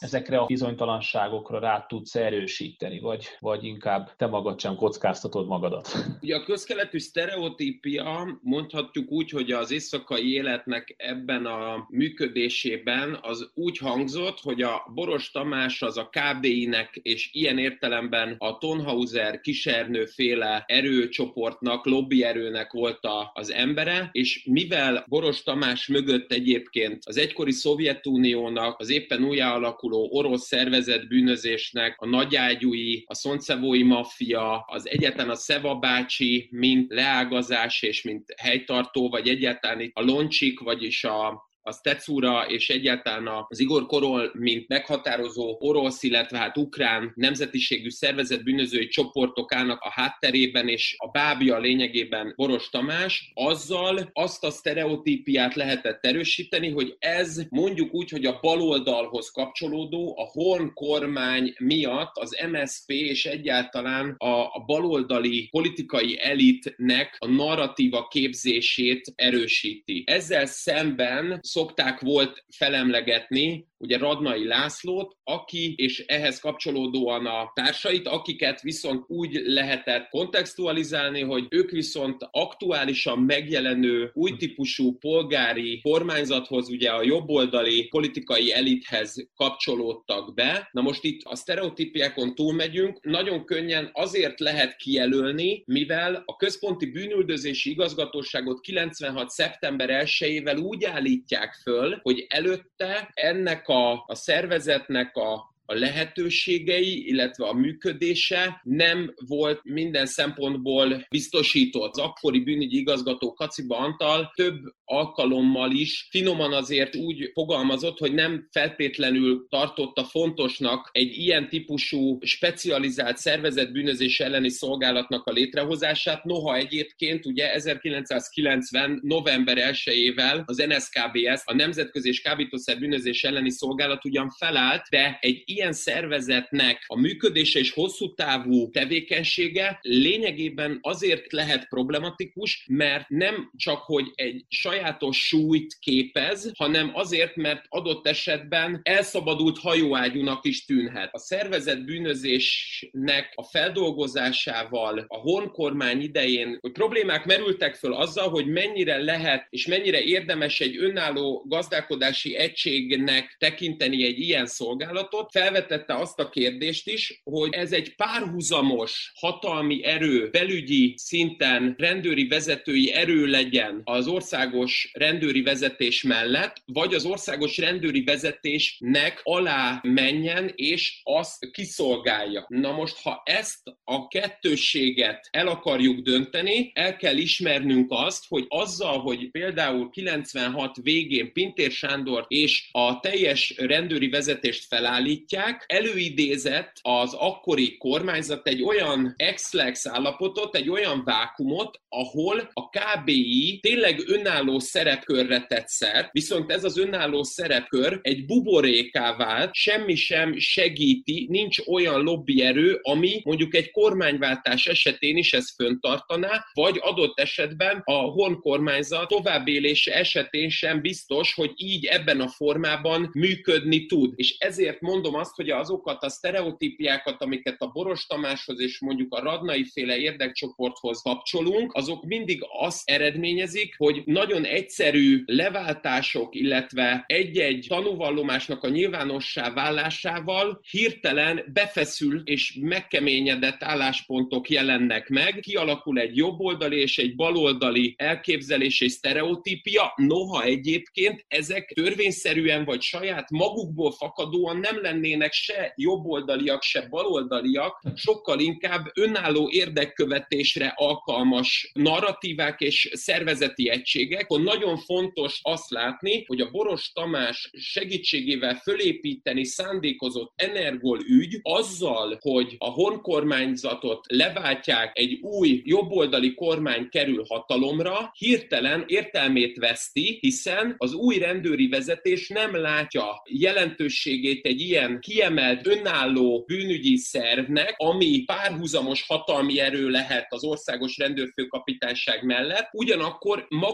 [SPEAKER 4] ezekre a bizonytalanságokra rá tudsz erősíteni, vagy, vagy inkább te magad sem kockáztatod magadat?
[SPEAKER 3] Ugye a közkeletű sztereotípia, mondhatjuk úgy, hogy az éjszakai életnek ebben a működésében az úgy hangzott, hogy a Boros Tamás az a ká bé í-nek és ilyen értelemben a Tonhauser Kisernő féle erőcsoportnak, lobbyerőnek volt a, az embere, és mivel Boros Tamás mögött egyébként az egykori Szovjetuniónak, az éppen újjáalakuló orosz szervezett bűnözésnek, a nagyágyúi, a szonczevói maffia, az egyetlen a Szeva bácsi, mint leágazás és mint helytartó, vagy egyáltalán a Loncsik, vagyis a a Stecura és egyáltalán az Igor Korol, mint meghatározó orosz, illetve hát ukrán nemzetiségű szervezett bűnözői csoportok állnak a hátterében, és a bábja lényegében Boros Tamás, azzal azt a sztereotípiát lehetett erősíteni, hogy ez mondjuk úgy, hogy a baloldalhoz kapcsolódó, a Horn kormány miatt az em es zé pé és egyáltalán a, a baloldali politikai elitnek a narratíva képzését erősíti. Ezzel szemben szokták volt felemlegetni ugye Radnai Lászlót, aki és ehhez kapcsolódóan a társait, akiket viszont úgy lehetett kontextualizálni, hogy ők viszont aktuálisan megjelenő új típusú polgári kormányzathoz, ugye a jobboldali politikai elithez kapcsolódtak be. Na most itt a sztereotípiákon túlmegyünk, nagyon könnyen azért lehet kijelölni, mivel a Központi Bűnüldözési Igazgatóságot kilencvenhat szeptember elsejével úgy állítják föl, hogy előtte ennek a, a szervezetnek a a lehetőségei, illetve a működése nem volt minden szempontból biztosított. Az akkori bűnügyi igazgató Kaciba Antal több alkalommal is finoman azért úgy fogalmazott, hogy nem feltétlenül tartotta fontosnak egy ilyen típusú specializált szervezett bűnözés elleni szolgálatnak a létrehozását, noha egyébként ugye ezerkilencszázkilencven november elsejével az en es ká bé es, a Nemzetközi és Kábítószer Bűnözés elleni szolgálat ugyan felállt, de egy ilyen szervezetnek a működése és hosszú távú tevékenysége lényegében azért lehet problematikus, mert nem csak, hogy egy sajátos súlyt képez, hanem azért, mert adott esetben elszabadult hajóágyúnak is tűnhet. A szervezett bűnözésnek a feldolgozásával a Horn kormány idején, hogy problémák merültek föl azzal, hogy mennyire lehet és mennyire érdemes egy önálló gazdálkodási egységnek tekinteni egy ilyen szolgálatot, felvetette azt a kérdést is, hogy ez egy párhuzamos hatalmi erő, belügyi szinten rendőri vezetői erő legyen az országos rendőri vezetés mellett, vagy az országos rendőri vezetésnek alá menjen, és azt kiszolgálja. Na most, ha ezt a kettősséget el akarjuk dönteni, el kell ismernünk azt, hogy azzal, hogy például kilencvenhat végén Pintér Sándor és a teljes rendőri vezetést felállítják, előidézett az akkori kormányzat egy olyan ex-lex állapotot, egy olyan vákumot, ahol a ká bé í tényleg önálló szerepkörre tett szert, viszont ez az önálló szerepkör egy buboréká vált, semmi sem segíti, nincs olyan lobbyerő, ami mondjuk egy kormányváltás esetén is ezt föntartaná, vagy adott esetben a Horn kormányzat továbbélése esetén sem biztos, hogy így ebben a formában működni tud. És ezért mondom azt, hogy azokat a sztereotípiákat, amiket a Boros Tamáshoz és mondjuk a Radnai féle érdekcsoporthoz kapcsolunk, azok mindig azt eredményezik, hogy nagyon egyszerű leváltások, illetve egy-egy tanúvallomásnak a nyilvánossá válásával hirtelen befeszül és megkeményedett álláspontok jelennek meg, kialakul egy jobboldali és egy baloldali elképzelés és sztereotípia, noha egyébként ezek törvényszerűen vagy saját magukból fakadóan nem lennének se jobboldaliak, se baloldaliak, sokkal inkább önálló érdekkövetésre alkalmas narratívák és szervezeti egységek. Nagyon fontos azt látni, hogy a Boros Tamás segítségével fölépíteni szándékozott Energol ügy azzal, hogy a Horn kormányzatot leváltják, egy új jobboldali kormány kerül hatalomra, hirtelen értelmét veszti, hiszen az új rendőri vezetés nem látja jelentőségét egy ilyen kiemelt, önálló bűnügyi szervnek, ami párhuzamos hatalmi erő lehet az országos rendőrfőkapitányság mellett, ugyanakkor maga is rá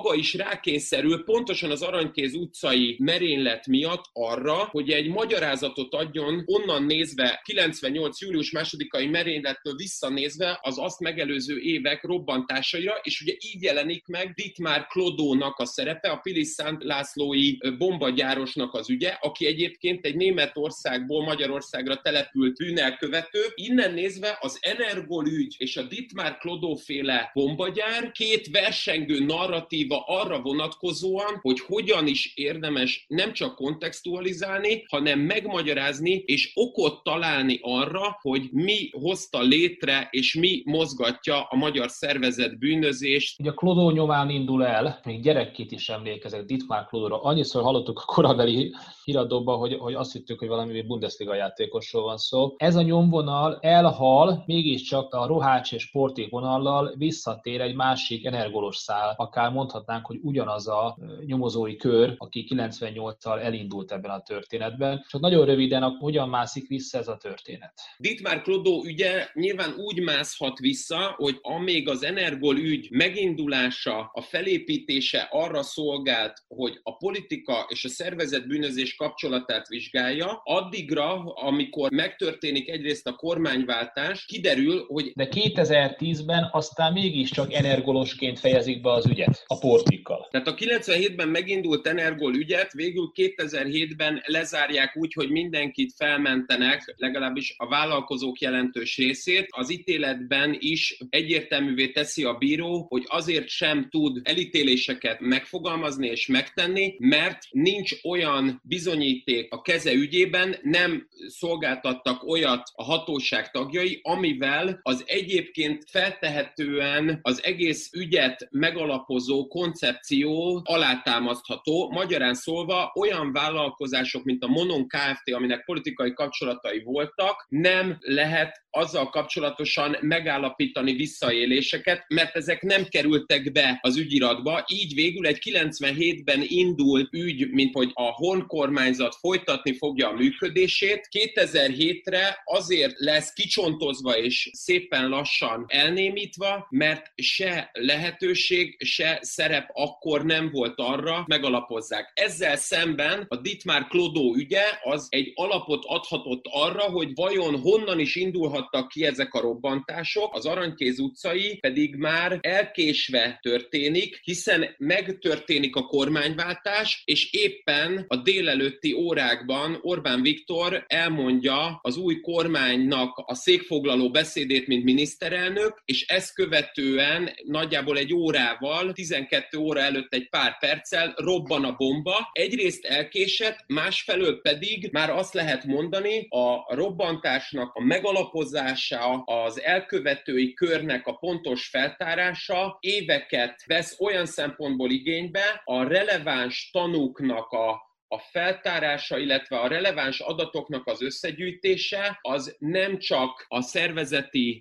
[SPEAKER 3] rákényszerül pontosan az Aranykéz utcai merénylet miatt arra, hogy egy magyarázatot adjon onnan nézve, kilencvennyolc július másodikai merénylettől visszanézve az azt megelőző évek robbantásaira, és ugye így jelenik meg Dittmar Klodónak a szerepe, a Pilis Szent Lászlói bombagyárosnak az ügye, aki egyébként egy Németországból Magyarországra települt bűnelkövető. Innen nézve az Energol ügy és a Dittmar Klodó féle bombagyár két versengő narratíva arra vonatkozóan, hogy hogyan is érdemes nem csak kontextualizálni, hanem megmagyarázni és okot találni arra, hogy mi hozta létre és mi mozgatja a magyar szervezett bűnözést.
[SPEAKER 4] Ugye a Klodó nyomán indul el, még gyerekként is emlékezek Dittmar Klodóra. Annyiszor hallottuk a korabeli híradóban, hogy, hogy azt hittük, hogy valami Bundesliga játékosról van szó. Ez a nyomvonal elhal, mégiscsak a rohács és porték vonallal visszatér egy másik energolos szál. Akár mondhatnánk, hogy ugyanaz a nyomozói kör, aki kilencvennyolccal elindult ebben a történetben. Csak nagyon röviden, hogyan mászik vissza ez a történet?
[SPEAKER 3] Dittmar Klodó ügye nyilván úgy mászhat vissza, hogy amíg az Energol ügy megindulása, a felépítése arra szolgált, hogy a politika és a szervezett bűnözés kapcsolatát vizsgálja, addigra, amikor megtörténik egyrészt a kormányváltás, kiderül, hogy...
[SPEAKER 4] De kétezer-tízben aztán mégiscsak energolosként fejezik be az ügyet a portikkal.
[SPEAKER 3] Tehát a kilencvenhétben megindult Energol ügyet, végül kétezer-hétben lezárják úgy, hogy mindenkit felmentenek, legalábbis a vállalkozók jelentős részét. Az ítéletben is egyértelművé teszi a bíró, hogy azért sem tud elítéléseket megfogalmazni és megtenni, mert nincs olyan bizonyíték a keze ügyében, nem szolgáltattak olyat a hatóság tagjai, amivel az egyébként feltehetően az egész ügyet megalapozó koncepció alátámasztható. Magyarán szólva olyan vállalkozások, mint a Monon Kft., aminek politikai kapcsolatai voltak, nem lehet azzal kapcsolatosan megállapítani visszaéléseket, mert ezek nem kerültek be az ügyiratba, így végül egy kilencvenhétben indult ügy, mint hogy a Horn kormányzat folytatni fogja a működését, kétezer-hétre azért lesz kicsontozva és szépen lassan elnémítva, mert se lehetőség, se szerep akkor nem volt arra, megalapozzák. Ezzel szemben a Dittmar Klodó ügye az egy alapot adhatott arra, hogy vajon honnan is indulhattak ki ezek a robbantások, az Aranykéz utcai pedig már elkésve történik, hiszen megtörténik a kormányváltás, és éppen a délelőtti órákban Orbán Viktor elmondja az új kormánynak a székfoglaló beszédét, mint miniszterelnök, és ezt követően nagyjából egy órával, tizenkét óra előtt egy pár perccel robban a bomba. Egyrészt elkésett, másfelől pedig már azt lehet mondani, a robbantásnak a megalapozása, az elkövetői körnek a pontos feltárása éveket vesz olyan szempontból igénybe, a releváns tanúknak a A feltárása, illetve a releváns adatoknak az összegyűjtése az nem csak a szervezeti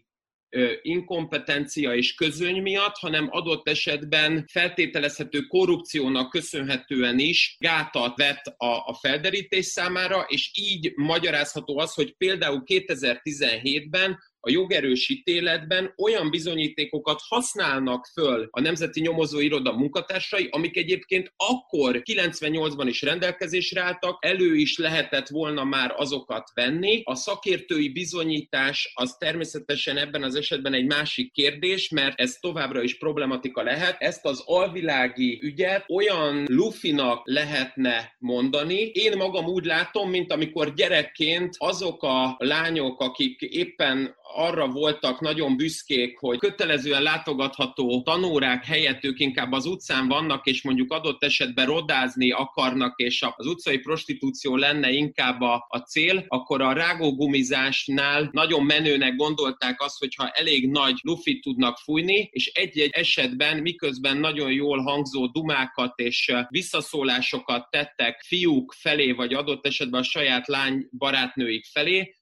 [SPEAKER 3] inkompetencia és közöny miatt, hanem adott esetben feltételezhető korrupciónak köszönhetően is gátat vett a, a felderítés számára, és így magyarázható az, hogy például kétezer-tizenhétben a jogerős ítéletben olyan bizonyítékokat használnak föl a Nemzeti Nyomozóiroda munkatársai, amik egyébként akkor kilencvennyolcban is rendelkezésre álltak, elő is lehetett volna már azokat venni. A szakértői bizonyítás az természetesen ebben az esetben egy másik kérdés, mert ez továbbra is problematika lehet. Ezt az alvilági ügyet olyan lufinak lehetne mondani. Én magam úgy látom, mint amikor gyerekként azok a lányok, akik éppen arra voltak nagyon büszkék, hogy kötelezően látogatható tanórák helyett ők inkább az utcán vannak, és mondjuk adott esetben rodázni akarnak, és az utcai prostitúció lenne inkább a, a cél, akkor a rágógumizásnál nagyon menőnek gondolták azt, hogyha elég nagy lufit tudnak fújni, és egy-egy esetben miközben nagyon jól hangzó dumákat és visszaszólásokat tettek fiúk felé, vagy adott esetben a saját lány barátnőik felé,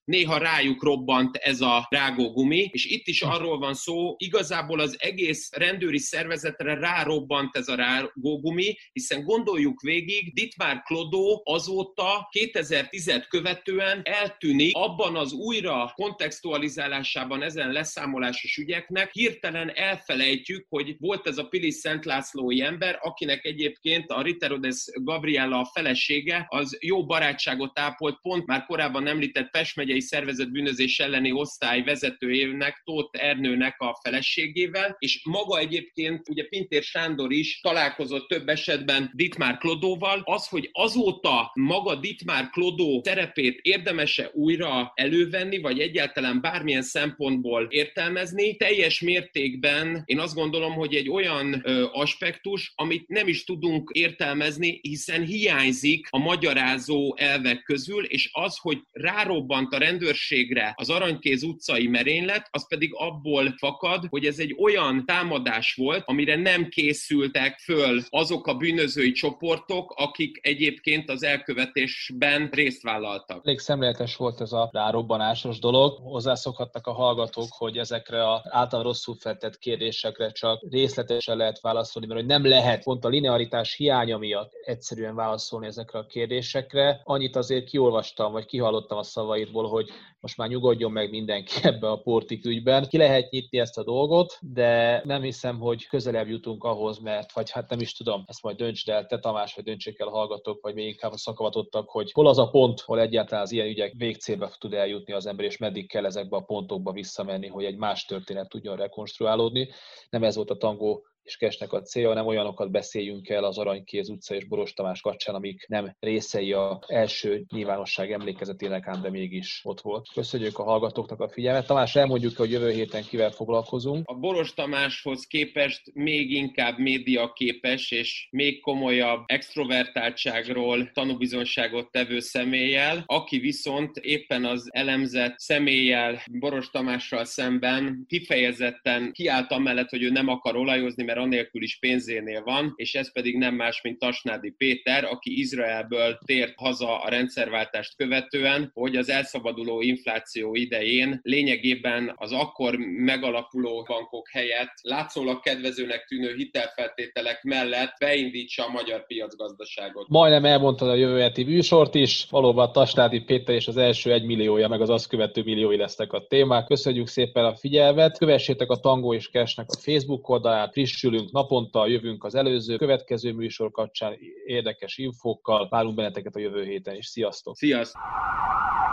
[SPEAKER 3] néha rájuk robbant ez a rágógumi, és itt is arról van szó, igazából az egész rendőri szervezetre rárobbant ez a rágógumi, hiszen gondoljuk végig, Dietmar Clodo azóta kétezer-tízet követően eltűnik abban az újra kontextualizálásában ezen leszámolásos ügyeknek, hirtelen elfelejtjük, hogy volt ez a Pilis Szent Lászlói ember, akinek egyébként a Riterodes Gabriella a felesége, az jó barátságot ápolt pont már korábban említett Pest megyei szervezetbűnözés elleni osztály vezetőjének, Tóth Ernőnek a feleségével, és maga egyébként ugye Pintér Sándor is találkozott több esetben Dietmar Clodóval. Az, hogy azóta maga Dietmar Clodo szerepét érdemese újra elővenni, vagy egyáltalán bármilyen szempontból értelmezni, teljes mértékben én azt gondolom, hogy egy olyan ö, aspektus, amit nem is tudunk értelmezni, hiszen hiányzik a magyarázó elvek közül, és az, hogy rárobbant a rendőrségre az Aranykéz utcai merénylet, az pedig abból fakad, hogy ez egy olyan támadás volt, amire nem készültek föl azok a bűnözői csoportok, akik egyébként az elkövetésben részt vállaltak.
[SPEAKER 4] Elég szemléletes volt ez a rárobbanásos dolog. Hozzászokhattak a hallgatók, hogy ezekre az által rosszul feltett kérdésekre csak részletesen lehet válaszolni, mert hogy nem lehet pont a linearitás hiánya miatt egyszerűen válaszolni ezekre a kérdésekre. Annyit azért kiolvastam, vagy kihallottam a szavaidból, hogy most már nyugodjon meg mindenki ebbe a Portik ügyben. Ki lehet nyitni ezt a dolgot, de nem hiszem, hogy közelebb jutunk ahhoz, mert vagy hát nem is tudom, ezt majd döntsd el, te Tamás, vagy döntsék el a hallgatók, vagy még inkább a szakavatottak, hogy hol az a pont, hol egyáltalán az ilyen ügyek végcélbe tud eljutni az ember, és meddig kell ezekbe a pontokba visszamenni, hogy egy más történet tudjon rekonstruálódni. Nem ez volt a tangó és Kesnek a célja, hanem olyanokat beszéljünk el az Aranykéz utca és Boros Tamás kapcsán, amik nem részei az első nyilvánosság emlékezetének, ám de mégis ott volt. Köszönjük a hallgatóknak a figyelmet. Tamás, elmondjuk, hogy jövő héten kivel foglalkozunk.
[SPEAKER 3] A Boros Tamáshoz képest még inkább médiaképes és még komolyabb extrovertáltságról tanúbizonyságot tevő személlyel, aki viszont éppen az elemzett személlyel, Boros Tamással szemben kifejezetten kiállt amellett, hogy ő nem akar olajozni, mert anélkül is pénzénél van, és ez pedig nem más, mint Tasnádi Péter, aki Izraelből tért haza a rendszerváltást követően, hogy az elszabaduló infláció idején lényegében az akkor megalapuló bankok helyett látszólag kedvezőnek tűnő hitelfeltételek mellett beindítsa a magyar piacgazdaságot.
[SPEAKER 4] Majdnem elmondtad a jövő heti műsort is, valóban Tasnádi Péter és az első egy milliója, meg az azt követő milliói lesznek a témák. Köszönjük szépen a figyelmet, kövessétek a Tangó és Kesnek a Facebook oldalát, frissülünk naponta, jövünk az előző, következő műsor kapcsán érdekes infókkal, várunk benneteket a jövő héten is. Sziasztok!
[SPEAKER 3] Sziasztok!